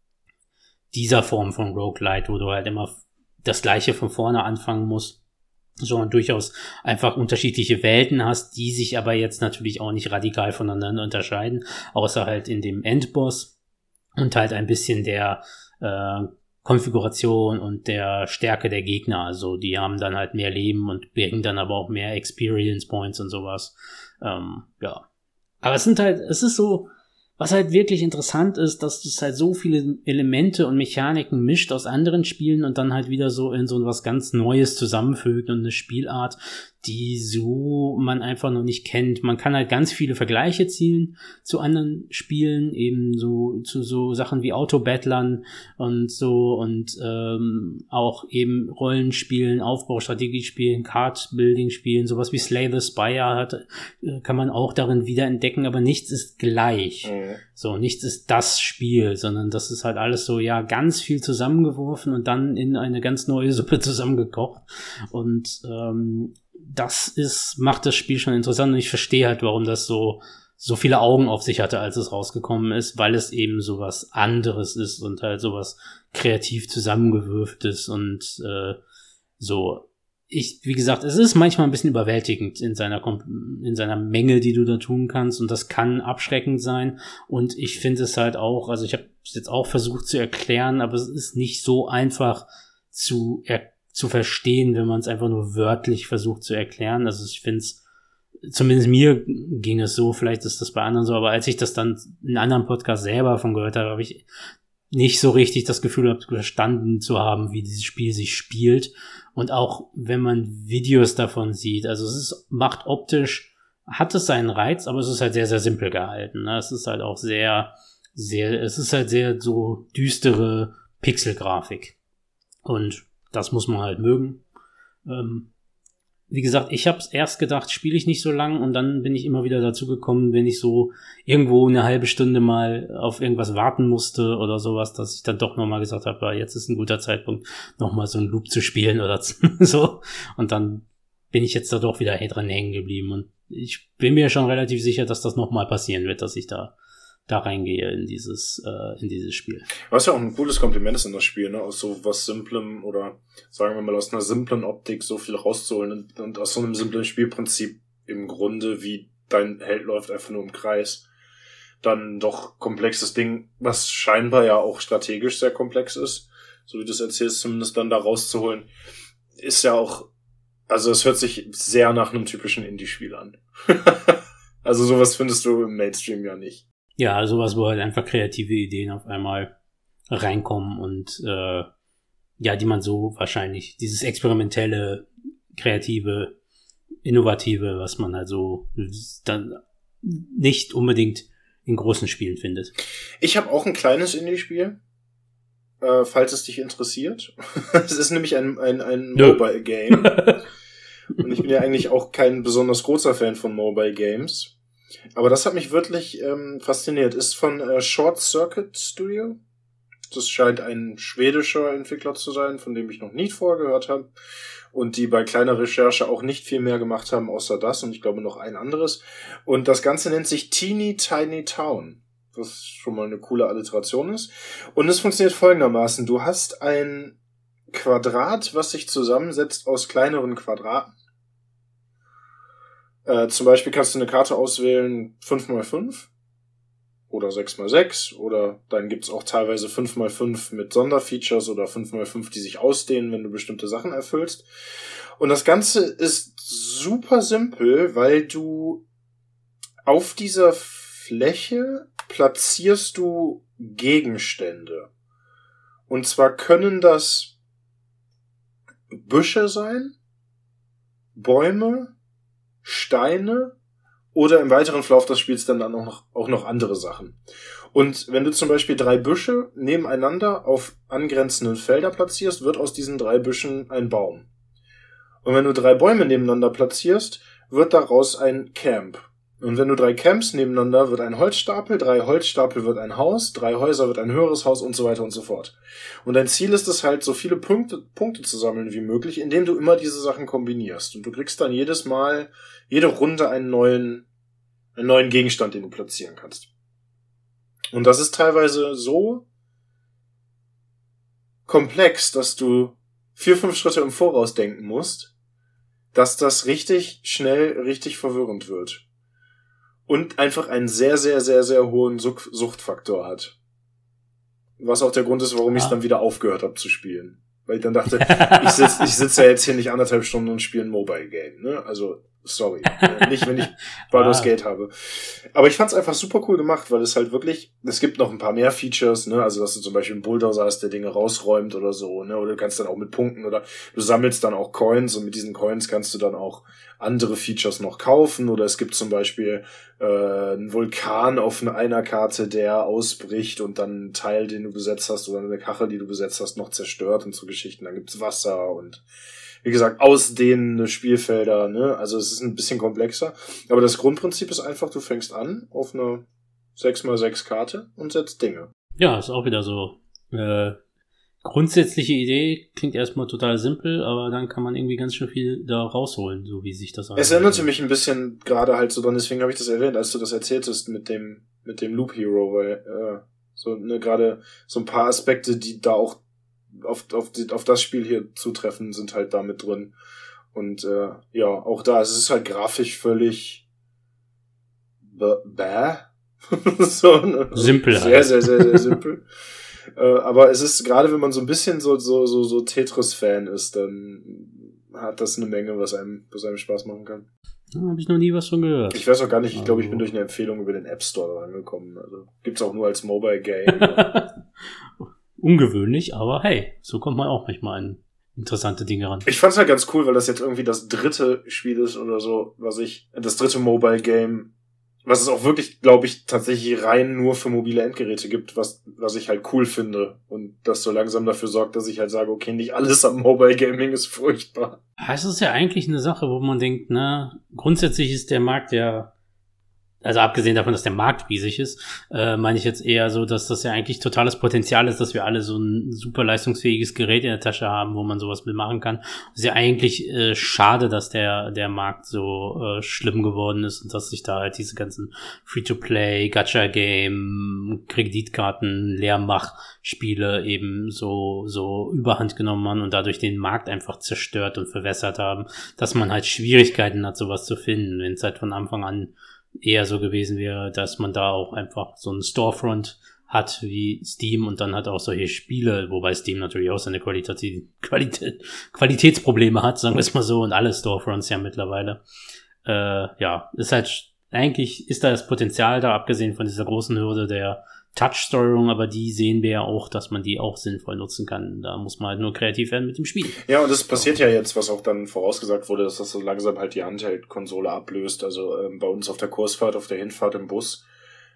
dieser Form von Roguelite, wo du halt immer das Gleiche von vorne anfangen musst, sondern durchaus einfach unterschiedliche Welten hast, die sich aber jetzt natürlich auch nicht radikal voneinander unterscheiden, außer halt in dem Endboss und halt ein bisschen der äh, Konfiguration und der Stärke der Gegner. Also die haben dann halt mehr Leben und bringen dann aber auch mehr Experience Points und sowas. Ähm, ja. Aber es sind halt, es ist so, was halt wirklich interessant ist, dass es halt so viele Elemente und Mechaniken mischt aus anderen Spielen und dann halt wieder so in so was ganz Neues zusammenfügt und eine Spielart, die so man einfach noch nicht kennt. Man kann halt ganz viele Vergleiche ziehen zu anderen Spielen, eben so zu so Sachen wie Autobattlern und so und ähm, auch eben Rollenspielen, Aufbaustrategiespielen, Card-Building-Spielen, sowas wie Slay the Spire hat, kann man auch darin wieder entdecken, aber nichts ist gleich. Mhm. So, nichts ist das Spiel, sondern das ist halt alles so, ja, ganz viel zusammengeworfen und dann in eine ganz neue Suppe zusammengekocht. Und ähm, das ist, macht das Spiel schon interessant und ich verstehe halt, warum das so so viele Augen auf sich hatte, als es rausgekommen ist, weil es eben sowas anderes ist und halt sowas kreativ zusammengewürftes und äh, so. Ich, wie gesagt, es ist manchmal ein bisschen überwältigend in seiner in seiner Menge, die du da tun kannst und das kann abschreckend sein und ich finde es halt auch, also ich habe es jetzt auch versucht zu erklären, aber es ist nicht so einfach zu er zu verstehen, wenn man es einfach nur wörtlich versucht zu erklären. Also ich finde es, zumindest mir ging es so, vielleicht ist das bei anderen so, aber als ich das dann in einem anderen Podcast selber von gehört habe, habe ich nicht so richtig das Gefühl gehabt, verstanden zu haben, wie dieses Spiel sich spielt. Und auch wenn man Videos davon sieht, also es ist, macht optisch, hat es seinen Reiz, aber es ist halt sehr, sehr simpel gehalten. Ne? Es ist halt auch sehr, sehr, es ist halt sehr so düstere Pixelgrafik. Und das muss man halt mögen. Ähm, wie gesagt, ich habe es erst gedacht, spiele ich nicht so lang und dann bin ich immer wieder dazu gekommen, wenn ich so irgendwo eine halbe Stunde mal auf irgendwas warten musste oder sowas, dass ich dann doch nochmal gesagt habe, ja, jetzt ist ein guter Zeitpunkt, nochmal so einen Loop zu spielen oder so. Und dann bin ich jetzt da doch wieder dran hängen geblieben und ich bin mir schon relativ sicher, dass das nochmal passieren wird, dass ich da da reingehe in dieses äh, in dieses Spiel. Was ja auch ein cooles Kompliment ist in das Spiel, ne? Aus so was Simplem oder sagen wir mal aus einer simplen Optik so viel rauszuholen und, und aus so einem simplen Spielprinzip im Grunde, wie dein Held läuft einfach nur im Kreis, dann doch komplexes Ding, was scheinbar ja auch strategisch sehr komplex ist, so wie du es erzählst, zumindest dann da rauszuholen, ist ja auch, also es hört sich sehr nach einem typischen Indie-Spiel an. Also sowas findest du im Mainstream ja nicht. Ja, sowas, wo halt einfach kreative Ideen auf einmal reinkommen und äh, ja, die man so wahrscheinlich, dieses experimentelle, kreative, innovative, was man halt so dann nicht unbedingt in großen Spielen findet. Ich habe auch ein kleines Indie-Spiel, äh, falls es dich interessiert. Es ist nämlich ein, ein, ein Mobile-Game. Und ich bin ja eigentlich auch kein besonders großer Fan von Mobile-Games. Aber das hat mich wirklich ähm, fasziniert. Ist von äh, Short Circuit Studio. Das scheint ein schwedischer Entwickler zu sein, von dem ich noch nie vorher gehört habe. Und die bei kleiner Recherche auch nicht viel mehr gemacht haben, außer das. Und ich glaube noch ein anderes. Und das Ganze nennt sich Teeny Tiny Town. Was schon mal eine coole Alliteration ist. Und es funktioniert folgendermaßen. Du hast ein Quadrat, was sich zusammensetzt aus kleineren Quadraten. Äh, zum Beispiel kannst du eine Karte auswählen fünf mal fünf oder sechs mal sechs oder dann gibt's auch teilweise fünf mal fünf mit Sonderfeatures oder fünf mal fünf, die sich ausdehnen, wenn du bestimmte Sachen erfüllst. Und das Ganze ist super simpel, weil du auf dieser Fläche platzierst du Gegenstände. Und zwar können das Büsche sein, Bäume, Steine oder im weiteren Verlauf des Spiels dann auch noch, auch noch andere Sachen. Und wenn du zum Beispiel drei Büsche nebeneinander auf angrenzenden Felder platzierst, wird aus diesen drei Büschen ein Baum. Und wenn du drei Bäume nebeneinander platzierst, wird daraus ein Camp. Und wenn du drei Camps nebeneinander, wird ein Holzstapel, drei Holzstapel wird ein Haus, drei Häuser wird ein höheres Haus und so weiter und so fort. Und dein Ziel ist es halt, so viele Punkte, Punkte zu sammeln wie möglich, indem du immer diese Sachen kombinierst. Und du kriegst dann jedes Mal, jede Runde einen neuen, einen neuen Gegenstand, den du platzieren kannst. Und das ist teilweise so komplex, dass du vier, fünf Schritte im Voraus denken musst, dass das richtig schnell, richtig verwirrend wird. Und einfach einen sehr, sehr, sehr, sehr hohen Suchtfaktor hat. Was auch der Grund ist, warum ja. ich es dann wieder aufgehört habe zu spielen. Weil ich dann dachte, ich sitze ich sitz ja jetzt hier nicht anderthalb Stunden und spiele ein Mobile-Game. Ne? Also Sorry. äh, nicht, wenn ich Baldur's Gate habe. Aber ich fand's einfach super cool gemacht, weil es halt wirklich, es gibt noch ein paar mehr Features, ne, also dass du zum Beispiel einen Bulldozer hast, der Dinge rausräumt oder so, ne, oder du kannst dann auch mit Punkten oder du sammelst dann auch Coins und mit diesen Coins kannst du dann auch andere Features noch kaufen oder es gibt zum Beispiel äh, einen Vulkan auf einer Karte, der ausbricht und dann einen Teil, den du besetzt hast oder eine Kachel, die du besetzt hast, noch zerstört und so Geschichten. Dann gibt's Wasser und wie gesagt, ausdehnende Spielfelder, ne? Also es ist ein bisschen komplexer. Aber das Grundprinzip ist einfach, du fängst an auf eine sechs mal sechs Karte und setzt Dinge. Ja, ist auch wieder so. Äh, grundsätzliche Idee klingt erstmal total simpel, aber dann kann man irgendwie ganz schön viel da rausholen, so wie sich das anhört. Es erinnerte mich ein bisschen gerade halt so dran, deswegen habe ich das erwähnt, als du das erzähltest mit dem mit dem Loop Hero, weil äh, so ne gerade so ein paar Aspekte, die da auch auf auf die, auf das Spiel hier zutreffen, sind halt da mit drin. Und äh, ja, auch da, es ist halt grafisch völlig bäh. so, ne? Simpel. Sehr, sehr, sehr, sehr simpel. äh, aber es ist, gerade wenn man so ein bisschen so so so so Tetris-Fan ist, dann hat das eine Menge, was einem, was einem Spaß machen kann. Da habe ich noch nie was von gehört. Ich weiß auch gar nicht, ich glaube, ich bin durch eine Empfehlung über den App Store angekommen. Also gibt's auch nur als Mobile Game. Ungewöhnlich, aber hey, so kommt man auch manchmal an interessante Dinge ran. Ich fand's halt ganz cool, weil das jetzt irgendwie das dritte Spiel ist oder so, was ich, das dritte Mobile Game, was es auch wirklich, glaube ich, tatsächlich rein nur für mobile Endgeräte gibt, was was ich halt cool finde und das so langsam dafür sorgt, dass ich halt sage, okay, nicht alles am Mobile Gaming ist furchtbar. Es ist ja eigentlich eine Sache, wo man denkt, na, grundsätzlich ist der Markt ja, also abgesehen davon, dass der Markt riesig ist, äh, meine ich jetzt eher so, dass das ja eigentlich totales Potenzial ist, dass wir alle so ein super leistungsfähiges Gerät in der Tasche haben, wo man sowas mitmachen kann. Es ist ja eigentlich äh, schade, dass der der Markt so äh, schlimm geworden ist und dass sich da halt diese ganzen Free-to-Play, Gacha-Game, Kreditkarten, Leermach-Spiele eben so so überhand genommen haben und dadurch den Markt einfach zerstört und verwässert haben, dass man halt Schwierigkeiten hat, sowas zu finden, wenn es halt von Anfang an eher so gewesen wäre, dass man da auch einfach so einen Storefront hat wie Steam und dann hat auch solche Spiele, wobei Steam natürlich auch seine Qualität, Qualität, Qualitätsprobleme hat, sagen wir es mal so, und alle Storefronts ja mittlerweile. Äh, ja, ist halt, eigentlich ist da das Potenzial da, abgesehen von dieser großen Hürde der Touch-Steuerung, aber die sehen wir ja auch, dass man die auch sinnvoll nutzen kann. Da muss man halt nur kreativ werden mit dem Spiel. Ja, und das passiert ja jetzt, was auch dann vorausgesagt wurde, dass das so langsam halt die Handheld-Konsole ablöst. Also ähm, bei uns auf der Kursfahrt, auf der Hinfahrt im Bus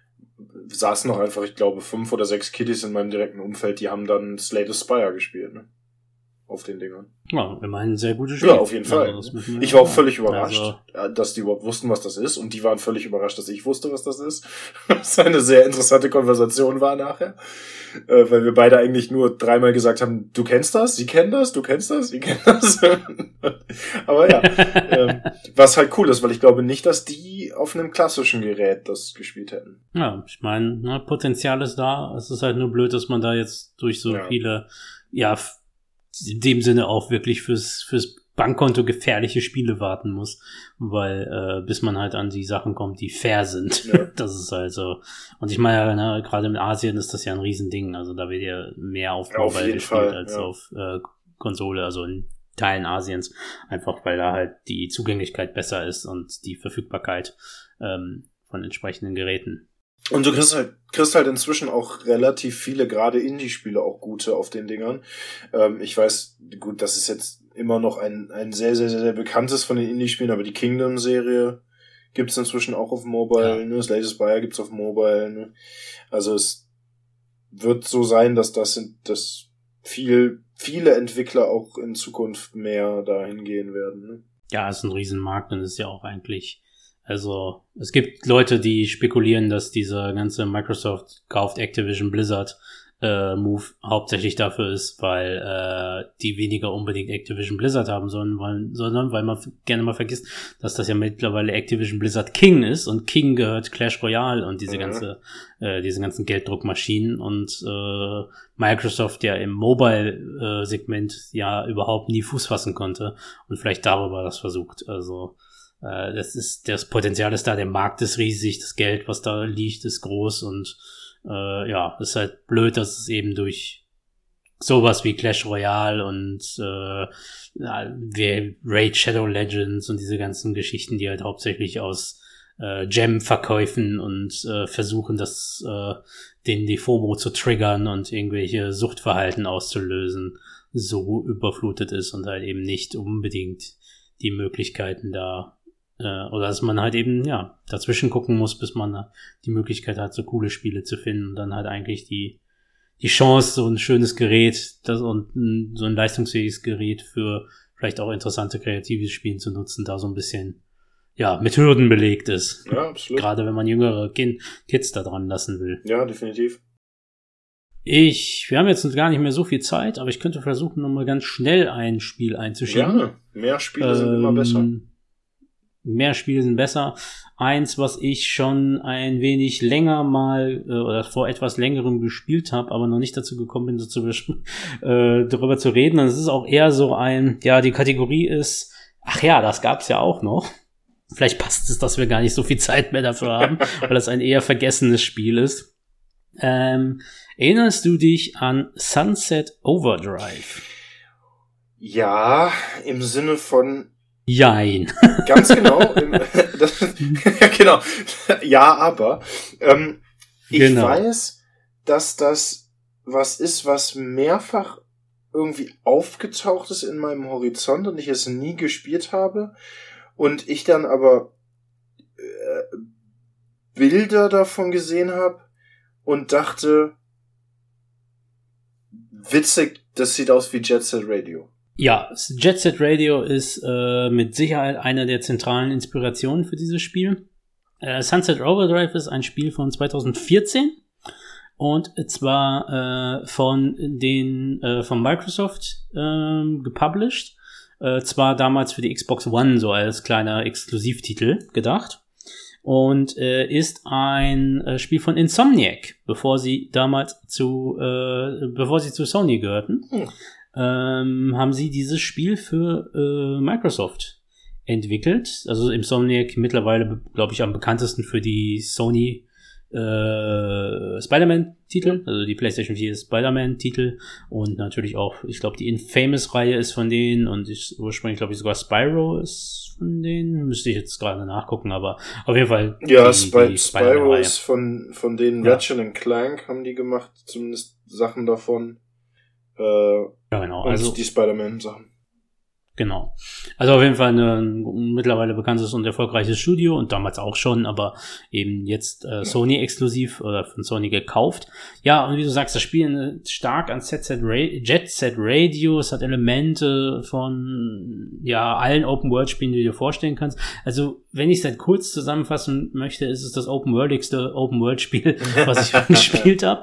saßen noch einfach, ich glaube, fünf oder sechs Kiddies in meinem direkten Umfeld, die haben dann Slay the Spire gespielt, ne? Auf den Dingern. Ja, immerhin ein sehr gutes Spiel. Ja, auf jeden Fall. Also, ich war auch völlig überrascht, also, dass die überhaupt wussten, was das ist. Und die waren völlig überrascht, dass ich wusste, was das ist. Was eine sehr interessante Konversation war nachher. Äh, weil wir beide eigentlich nur dreimal gesagt haben, du kennst das, sie kennen das, du kennst das, sie kennen das. Aber ja, ähm, was halt cool ist, weil ich glaube nicht, dass die auf einem klassischen Gerät das gespielt hätten. Ja, ich meine, ne, Potenzial ist da. Es ist halt nur blöd, dass man da jetzt durch so ja. viele, ja, in dem Sinne auch wirklich fürs fürs Bankkonto gefährliche Spiele warten muss, weil äh, bis man halt an die Sachen kommt, die fair sind. Ja. Das ist halt so. Und ich meine, ne, gerade in Asien ist das ja ein Riesending. Also da wird ja mehr auf Mobile ja, gespielt Fall, als ja. auf äh, Konsole, also in Teilen Asiens. Einfach weil da halt die Zugänglichkeit besser ist und die Verfügbarkeit ähm, von entsprechenden Geräten. Und du kriegst halt, kriegst halt inzwischen auch relativ viele, gerade Indie-Spiele auch gute auf den Dingern. Ähm, ich weiß, gut, das ist jetzt immer noch ein, ein sehr, sehr, sehr, sehr bekanntes von den Indie-Spielen, aber die Kingdom-Serie gibt's inzwischen auch auf Mobile, ja. ne? Slay the Spire gibt's auf Mobile, ne? Also es wird so sein, dass das sind, dass viel, viele Entwickler auch in Zukunft mehr dahin gehen werden, ne? Ja, es ist ein Riesenmarkt und ist ja auch eigentlich, also, es gibt Leute, die spekulieren, dass dieser ganze Microsoft kauft Activision Blizzard äh, Move hauptsächlich dafür ist, weil äh, die weniger unbedingt Activision Blizzard haben sollen, weil, sondern weil man f- gerne mal vergisst, dass das ja mittlerweile Activision Blizzard King ist und King gehört Clash Royale und diese mhm. ganze, äh, diese ganzen Gelddruckmaschinen und äh, Microsoft ja im Mobile-Segment äh, ja überhaupt nie Fuß fassen konnte und vielleicht darüber das versucht, also das ist, das Potenzial ist da, der Markt ist riesig, das Geld, was da liegt, ist groß und äh, ja, ist halt blöd, dass es eben durch sowas wie Clash Royale und äh, wie Raid Shadow Legends und diese ganzen Geschichten, die halt hauptsächlich aus äh, Gem-Verkäufen und äh, versuchen, das äh, den die FOMO zu triggern und irgendwelche Suchtverhalten auszulösen, so überflutet ist und halt eben nicht unbedingt die Möglichkeiten da äh, oder dass man halt eben ja dazwischen gucken muss, bis man die Möglichkeit hat, so coole Spiele zu finden und dann halt eigentlich die die Chance, so ein schönes Gerät das und ein, so ein leistungsfähiges Gerät für vielleicht auch interessante kreative Spiele zu nutzen, da so ein bisschen ja mit Hürden belegt ist. Ja, absolut. Gerade wenn man jüngere kind, Kids da dran lassen will. Ja, definitiv. Ich, wir haben jetzt gar nicht mehr so viel Zeit, aber ich könnte versuchen, nochmal ganz schnell ein Spiel einzuschieben. Ja, mehr Spiele ähm, sind immer besser. Mehr Spiele sind besser. Eins, was ich schon ein wenig länger mal äh, oder vor etwas längerem gespielt habe, aber noch nicht dazu gekommen bin, dazu äh, darüber zu reden. Und es ist auch eher so ein, ja, die Kategorie ist, ach ja, das gab's ja auch noch. Vielleicht passt es, dass wir gar nicht so viel Zeit mehr dafür haben, weil das ein eher vergessenes Spiel ist. Ähm, erinnerst du dich an Sunset Overdrive? Ja, im Sinne von Jein. Ganz genau. Im, das, genau. Ja, aber ähm, ich genau. weiß, dass das was ist, was mehrfach irgendwie aufgetaucht ist in meinem Horizont und ich es nie gespielt habe und ich dann aber äh, Bilder davon gesehen habe und dachte, witzig, das sieht aus wie Jet Set Radio. Ja, Jet Set Radio ist äh, mit Sicherheit eine der zentralen Inspirationen für dieses Spiel. Äh, Sunset Overdrive ist ein Spiel von zwanzig vierzehn und zwar äh, von den äh, von Microsoft äh, gepublished. Äh, zwar damals für die Xbox One so als kleiner Exklusivtitel gedacht. Und äh, ist ein äh, Spiel von Insomniac, bevor sie damals zu, äh, bevor sie zu Sony gehörten, hm. ähm, haben sie dieses Spiel für äh, Microsoft entwickelt. Also Insomniac mittlerweile, glaube ich, am bekanntesten für die Sony äh, Spider-Man-Titel, also die PlayStation vier Spider-Man-Titel und natürlich auch, ich glaube, die Infamous-Reihe ist von denen und ich, ursprünglich, glaube ich, sogar Spyro ist von denen, müsste ich jetzt gerade nachgucken, aber auf jeden Fall ja, die, Spy- die Spyro ist von, von denen ja. Ratchet and Clank haben die gemacht, zumindest Sachen davon. Äh, ja, genau. Und also die Spider-Man-Sachen. Genau. Also auf jeden Fall ein, ein mittlerweile bekanntes und erfolgreiches Studio und damals auch schon, aber eben jetzt äh, Sony exklusiv oder von Sony gekauft. Ja, und wie du sagst, das Spiel stark an Jet Set, Ra- Jet Set Radio, es hat Elemente von ja allen Open-World-Spielen, die du dir vorstellen kannst. Also wenn ich es halt kurz zusammenfassen möchte, ist es das Open-Worldigste Open-World-Spiel, was ich gespielt habe.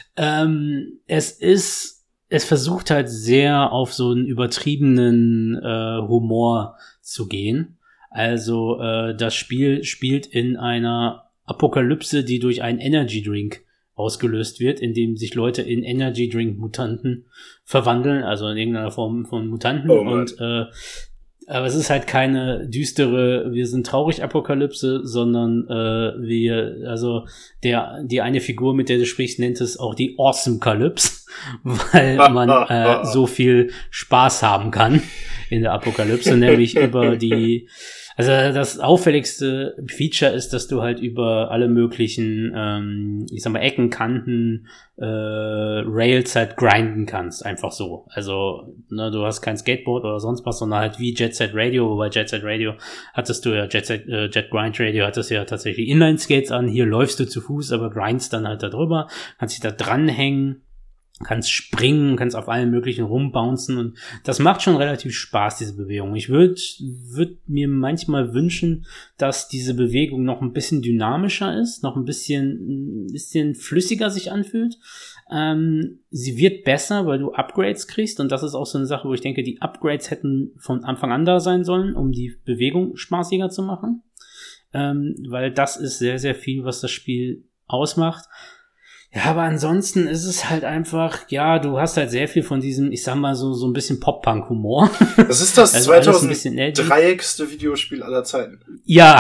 Ähm, es ist Es versucht halt sehr auf so einen übertriebenen äh, Humor zu gehen. Also äh, das Spiel spielt in einer Apokalypse, die durch einen Energy Drink ausgelöst wird, in dem sich Leute in Energy Drink Mutanten verwandeln, also in irgendeiner Form von Mutanten. Oh und äh, aber es ist halt keine düstere, wir sind traurig Apokalypse, sondern äh, wir, also der, die eine Figur, mit der du sprichst, nennt es auch die Awesome-Kalypse, weil man äh, so viel Spaß haben kann in der Apokalypse, nämlich über die, also das auffälligste Feature ist, dass du halt über alle möglichen, ähm, ich sag mal, Ecken, Kanten, äh, Rails halt grinden kannst, einfach so. Also, ne, du hast kein Skateboard oder sonst was, sondern halt wie Jet Set Radio, wobei Jet Set Radio hattest du ja, Jet Set, äh, Jet Grind Radio hattest ja tatsächlich Inline-Skates an, hier läufst du zu Fuß, aber grindst dann halt da drüber, kannst dich da dranhängen, kannst springen, kannst auf allen möglichen rumbouncen und das macht schon relativ Spaß, diese Bewegung. Ich würde würd mir manchmal wünschen, dass diese Bewegung noch ein bisschen dynamischer ist, noch ein bisschen, ein bisschen flüssiger sich anfühlt. Ähm, sie wird besser, weil du Upgrades kriegst und das ist auch so eine Sache, wo ich denke, die Upgrades hätten von Anfang an da sein sollen, um die Bewegung spaßiger zu machen. Ähm, weil das ist sehr, sehr viel, was das Spiel ausmacht. Ja, aber ansonsten ist es halt einfach, ja, du hast halt sehr viel von diesem, ich sag mal so so ein bisschen Pop-Punk-Humor. Das ist das also zweitausenddreieckste Videospiel aller Zeiten. Ja,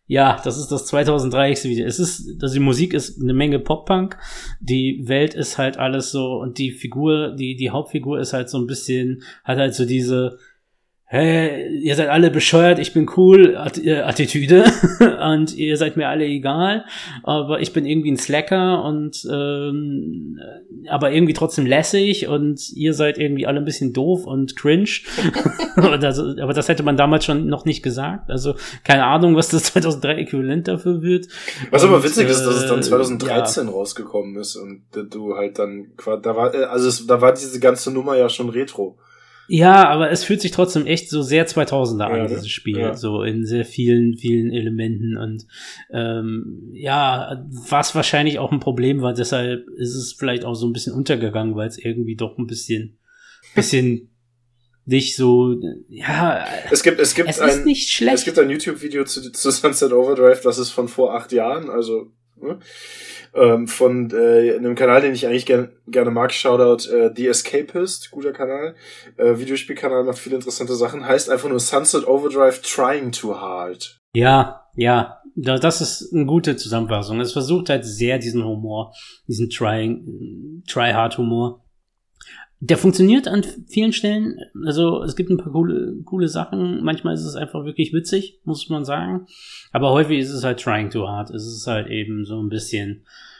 Ja, das ist das zweitausenddreiigste Video. Es ist, also die Musik ist eine Menge Pop-Punk, die Welt ist halt alles so, und die Figur, die, die Hauptfigur ist halt so ein bisschen, hat halt so diese, hey, ihr seid alle bescheuert, ich bin cool, Attitüde und ihr seid mir alle egal, aber ich bin irgendwie ein Slacker und ähm, aber irgendwie trotzdem lässig und ihr seid irgendwie alle ein bisschen doof und cringe. das, aber das hätte man damals schon noch nicht gesagt, also keine Ahnung, was das zweitausenddrei Äquivalent dafür wird. Was und, aber witzig äh, ist, dass es dann zweitausenddreizehn ja. rausgekommen ist und du halt dann, da war, also es, da war diese ganze Nummer ja schon retro. Ja, aber es fühlt sich trotzdem echt so sehr zweitausender an, ja, dieses Spiel, ja. so in sehr vielen, vielen Elementen und ähm, ja, was wahrscheinlich auch ein Problem war, deshalb ist es vielleicht auch so ein bisschen untergegangen, weil es irgendwie doch ein bisschen, bisschen nicht so, ja, es gibt, es gibt es ein, ist nicht schlecht. Es gibt ein YouTube-Video zu, zu Sunset Overdrive, das ist von vor acht Jahren, also ne? Ähm, von äh, einem Kanal, den ich eigentlich gern, gerne mag, Shoutout äh, The Escapist, guter Kanal, äh, Videospielkanal, macht viele interessante Sachen, heißt einfach nur Sunset Overdrive Trying Too Hard. Ja, ja, das ist eine gute Zusammenfassung. Es versucht halt sehr diesen Humor, diesen Trying, Try-Hard-Humor. Der funktioniert an vielen Stellen, also es gibt ein paar coole, coole Sachen, manchmal ist es einfach wirklich witzig, muss man sagen, aber häufig ist es halt trying too hard, es ist halt eben so ein bisschen,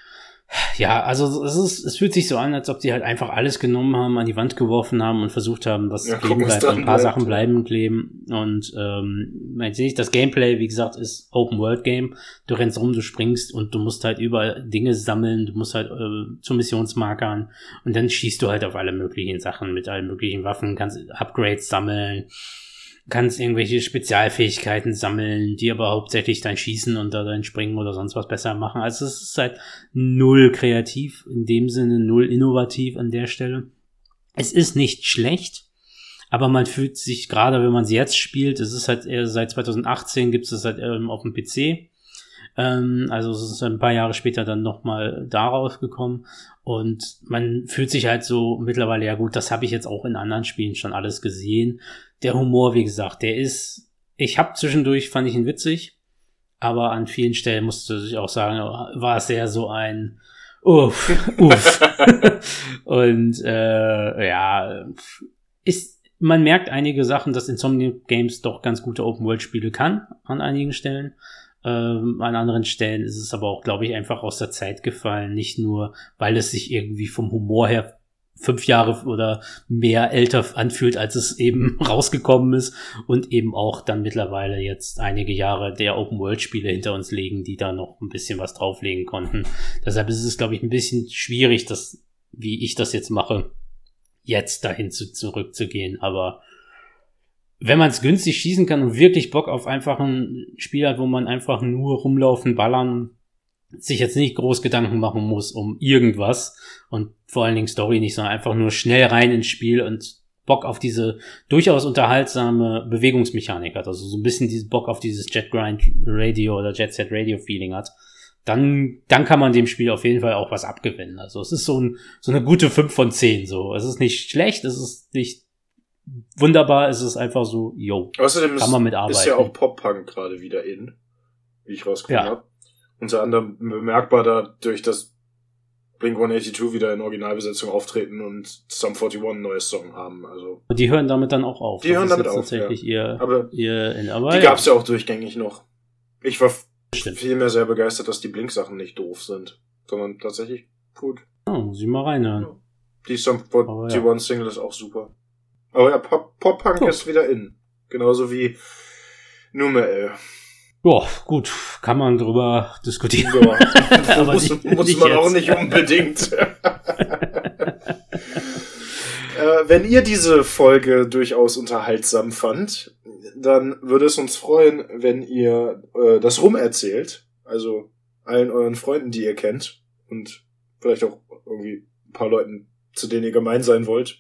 ja, also es ist, es fühlt sich so an, als ob die halt einfach alles genommen haben, an die Wand geworfen haben und versucht haben, was ja, kleben bleibt, ein paar bleibt. Sachen bleiben kleben und ähm, jetzt sehe ich, das Gameplay, wie gesagt, ist Open-World-Game, du rennst rum, du springst und du musst halt überall Dinge sammeln, du musst halt äh, zu Missionsmarkern und dann schießt du halt auf alle möglichen Sachen mit allen möglichen Waffen, kannst Upgrades sammeln, kannst irgendwelche Spezialfähigkeiten sammeln, die aber hauptsächlich dein Schießen und dein Springen oder sonst was besser machen. Also es ist halt null kreativ, in dem Sinne null innovativ an der Stelle. Es ist nicht schlecht, aber man fühlt sich, gerade wenn man es jetzt spielt, es ist halt eher seit zweitausendachtzehn gibt es halt ähm, auf dem P C. Ähm, also es ist ein paar Jahre später dann nochmal daraus gekommen und man fühlt sich halt so mittlerweile, ja gut, das habe ich jetzt auch in anderen Spielen schon alles gesehen. Der Humor, wie gesagt, der ist, ich habe zwischendurch, fand ich ihn witzig, aber an vielen Stellen musste ich auch sagen, war es sehr so ein Uff, uff. Und äh, ja, ist, man merkt einige Sachen, dass Insomniac Games doch ganz gute Open-World-Spiele kann, an einigen Stellen. Ähm, an anderen Stellen ist es aber auch, glaube ich, einfach aus der Zeit gefallen, nicht nur, weil es sich irgendwie vom Humor her fünf Jahre oder mehr älter anfühlt, als es eben rausgekommen ist und eben auch dann mittlerweile jetzt einige Jahre der Open-World-Spiele hinter uns legen, die da noch ein bisschen was drauflegen konnten. Deshalb ist es, glaube ich, ein bisschen schwierig, das, wie ich das jetzt mache, jetzt dahin zu, zurückzugehen. Aber wenn man es günstig schießen kann und wirklich Bock auf einfach ein Spiel hat, wo man einfach nur rumlaufen, ballern, sich jetzt nicht groß Gedanken machen muss um irgendwas und vor allen Dingen Story nicht, sondern einfach nur schnell rein ins Spiel und Bock auf diese durchaus unterhaltsame Bewegungsmechanik hat, also so ein bisschen diesen Bock auf dieses Jet Grind Radio oder Jet Set Radio Feeling hat, dann, dann kann man dem Spiel auf jeden Fall auch was abgewinnen. Also es ist so ein, so eine gute fünf von zehn, so. Es ist nicht schlecht, es ist nicht wunderbar, es ist einfach so, yo. Außerdem kann man mitarbeiten. Ist ja auch Pop-Punk gerade wieder in, wie ich rausgefunden ja. habe. Unter anderem bemerkbar dadurch, dass Blink one eighty-two wieder in Originalbesetzung auftreten und Sum forty one ein neues Song haben. Also die hören damit dann auch auf. Die das hören damit auf, tatsächlich ja. ihr, aber ihr in, aber die ja. gab's ja auch durchgängig noch. Ich war Stimmt. vielmehr sehr begeistert, dass die Blink-Sachen nicht doof sind, sondern tatsächlich gut. Oh, muss ich mal reinhören. Ja. Die Sum forty one Single ist auch super. Aber ja, Pop- Pop-Punk Pop ist wieder in. Genauso wie Nummer L. Ja, gut, kann man drüber diskutieren. Ja, aber muss, muss man jetzt. Auch nicht unbedingt. äh, wenn ihr diese Folge durchaus unterhaltsam fand, dann würde es uns freuen, wenn ihr äh, das rumerzählt. Also allen euren Freunden, die ihr kennt. Und vielleicht auch irgendwie ein paar Leuten, zu denen ihr gemein sein wollt.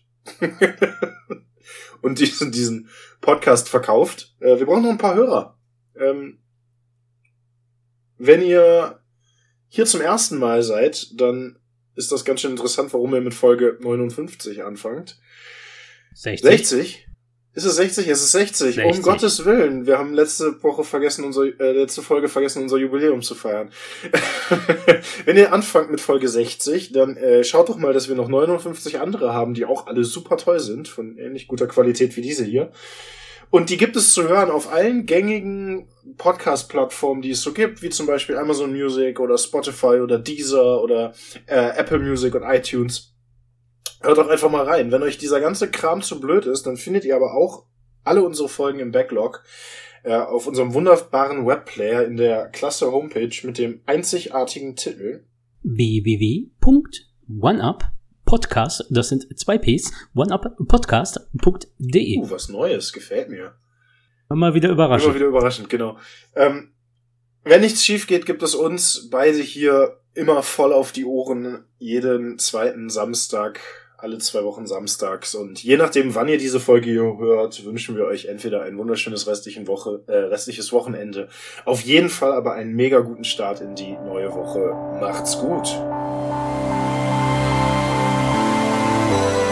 Und diesen, diesen Podcast verkauft. Äh, wir brauchen noch ein paar Hörer. Ähm, Wenn ihr hier zum ersten Mal seid, dann ist das ganz schön interessant, warum ihr mit Folge neunundfünfzig anfangt. sechzig. sechzig? Ist es sechzig? Es ist sechzig. sechzig. Um Gottes Willen. Wir haben letzte Woche vergessen, unser, äh, letzte Folge vergessen, unser Jubiläum zu feiern. Wenn ihr anfangt mit Folge sechzig, dann äh, schaut doch mal, dass wir noch neunundfünfzig andere haben, die auch alle super toll sind, von ähnlich guter Qualität wie diese hier. Und die gibt es zu hören auf allen gängigen Podcast-Plattformen, die es so gibt, wie zum Beispiel Amazon Music oder Spotify oder Deezer oder äh, Apple Music und iTunes. Hört doch einfach mal rein. Wenn euch dieser ganze Kram zu blöd ist, dann findet ihr aber auch alle unsere Folgen im Backlog äh, auf unserem wunderbaren Webplayer in der klasse Homepage mit dem einzigartigen Titel w w w punkt one up podcast, das sind zwei Ps, one up podcast punkt d e. Uh, was Neues, gefällt mir. Mal wieder überraschend. Immer wieder überraschend, genau. Ähm, wenn nichts schief geht, gibt es uns beide hier immer voll auf die Ohren, jeden zweiten Samstag, alle zwei Wochen samstags. Und je nachdem, wann ihr diese Folge hier hört, wünschen wir euch entweder ein wunderschönes restlichen Woche, äh, restliches Wochenende. Auf jeden Fall aber einen mega guten Start in die neue Woche. Macht's gut.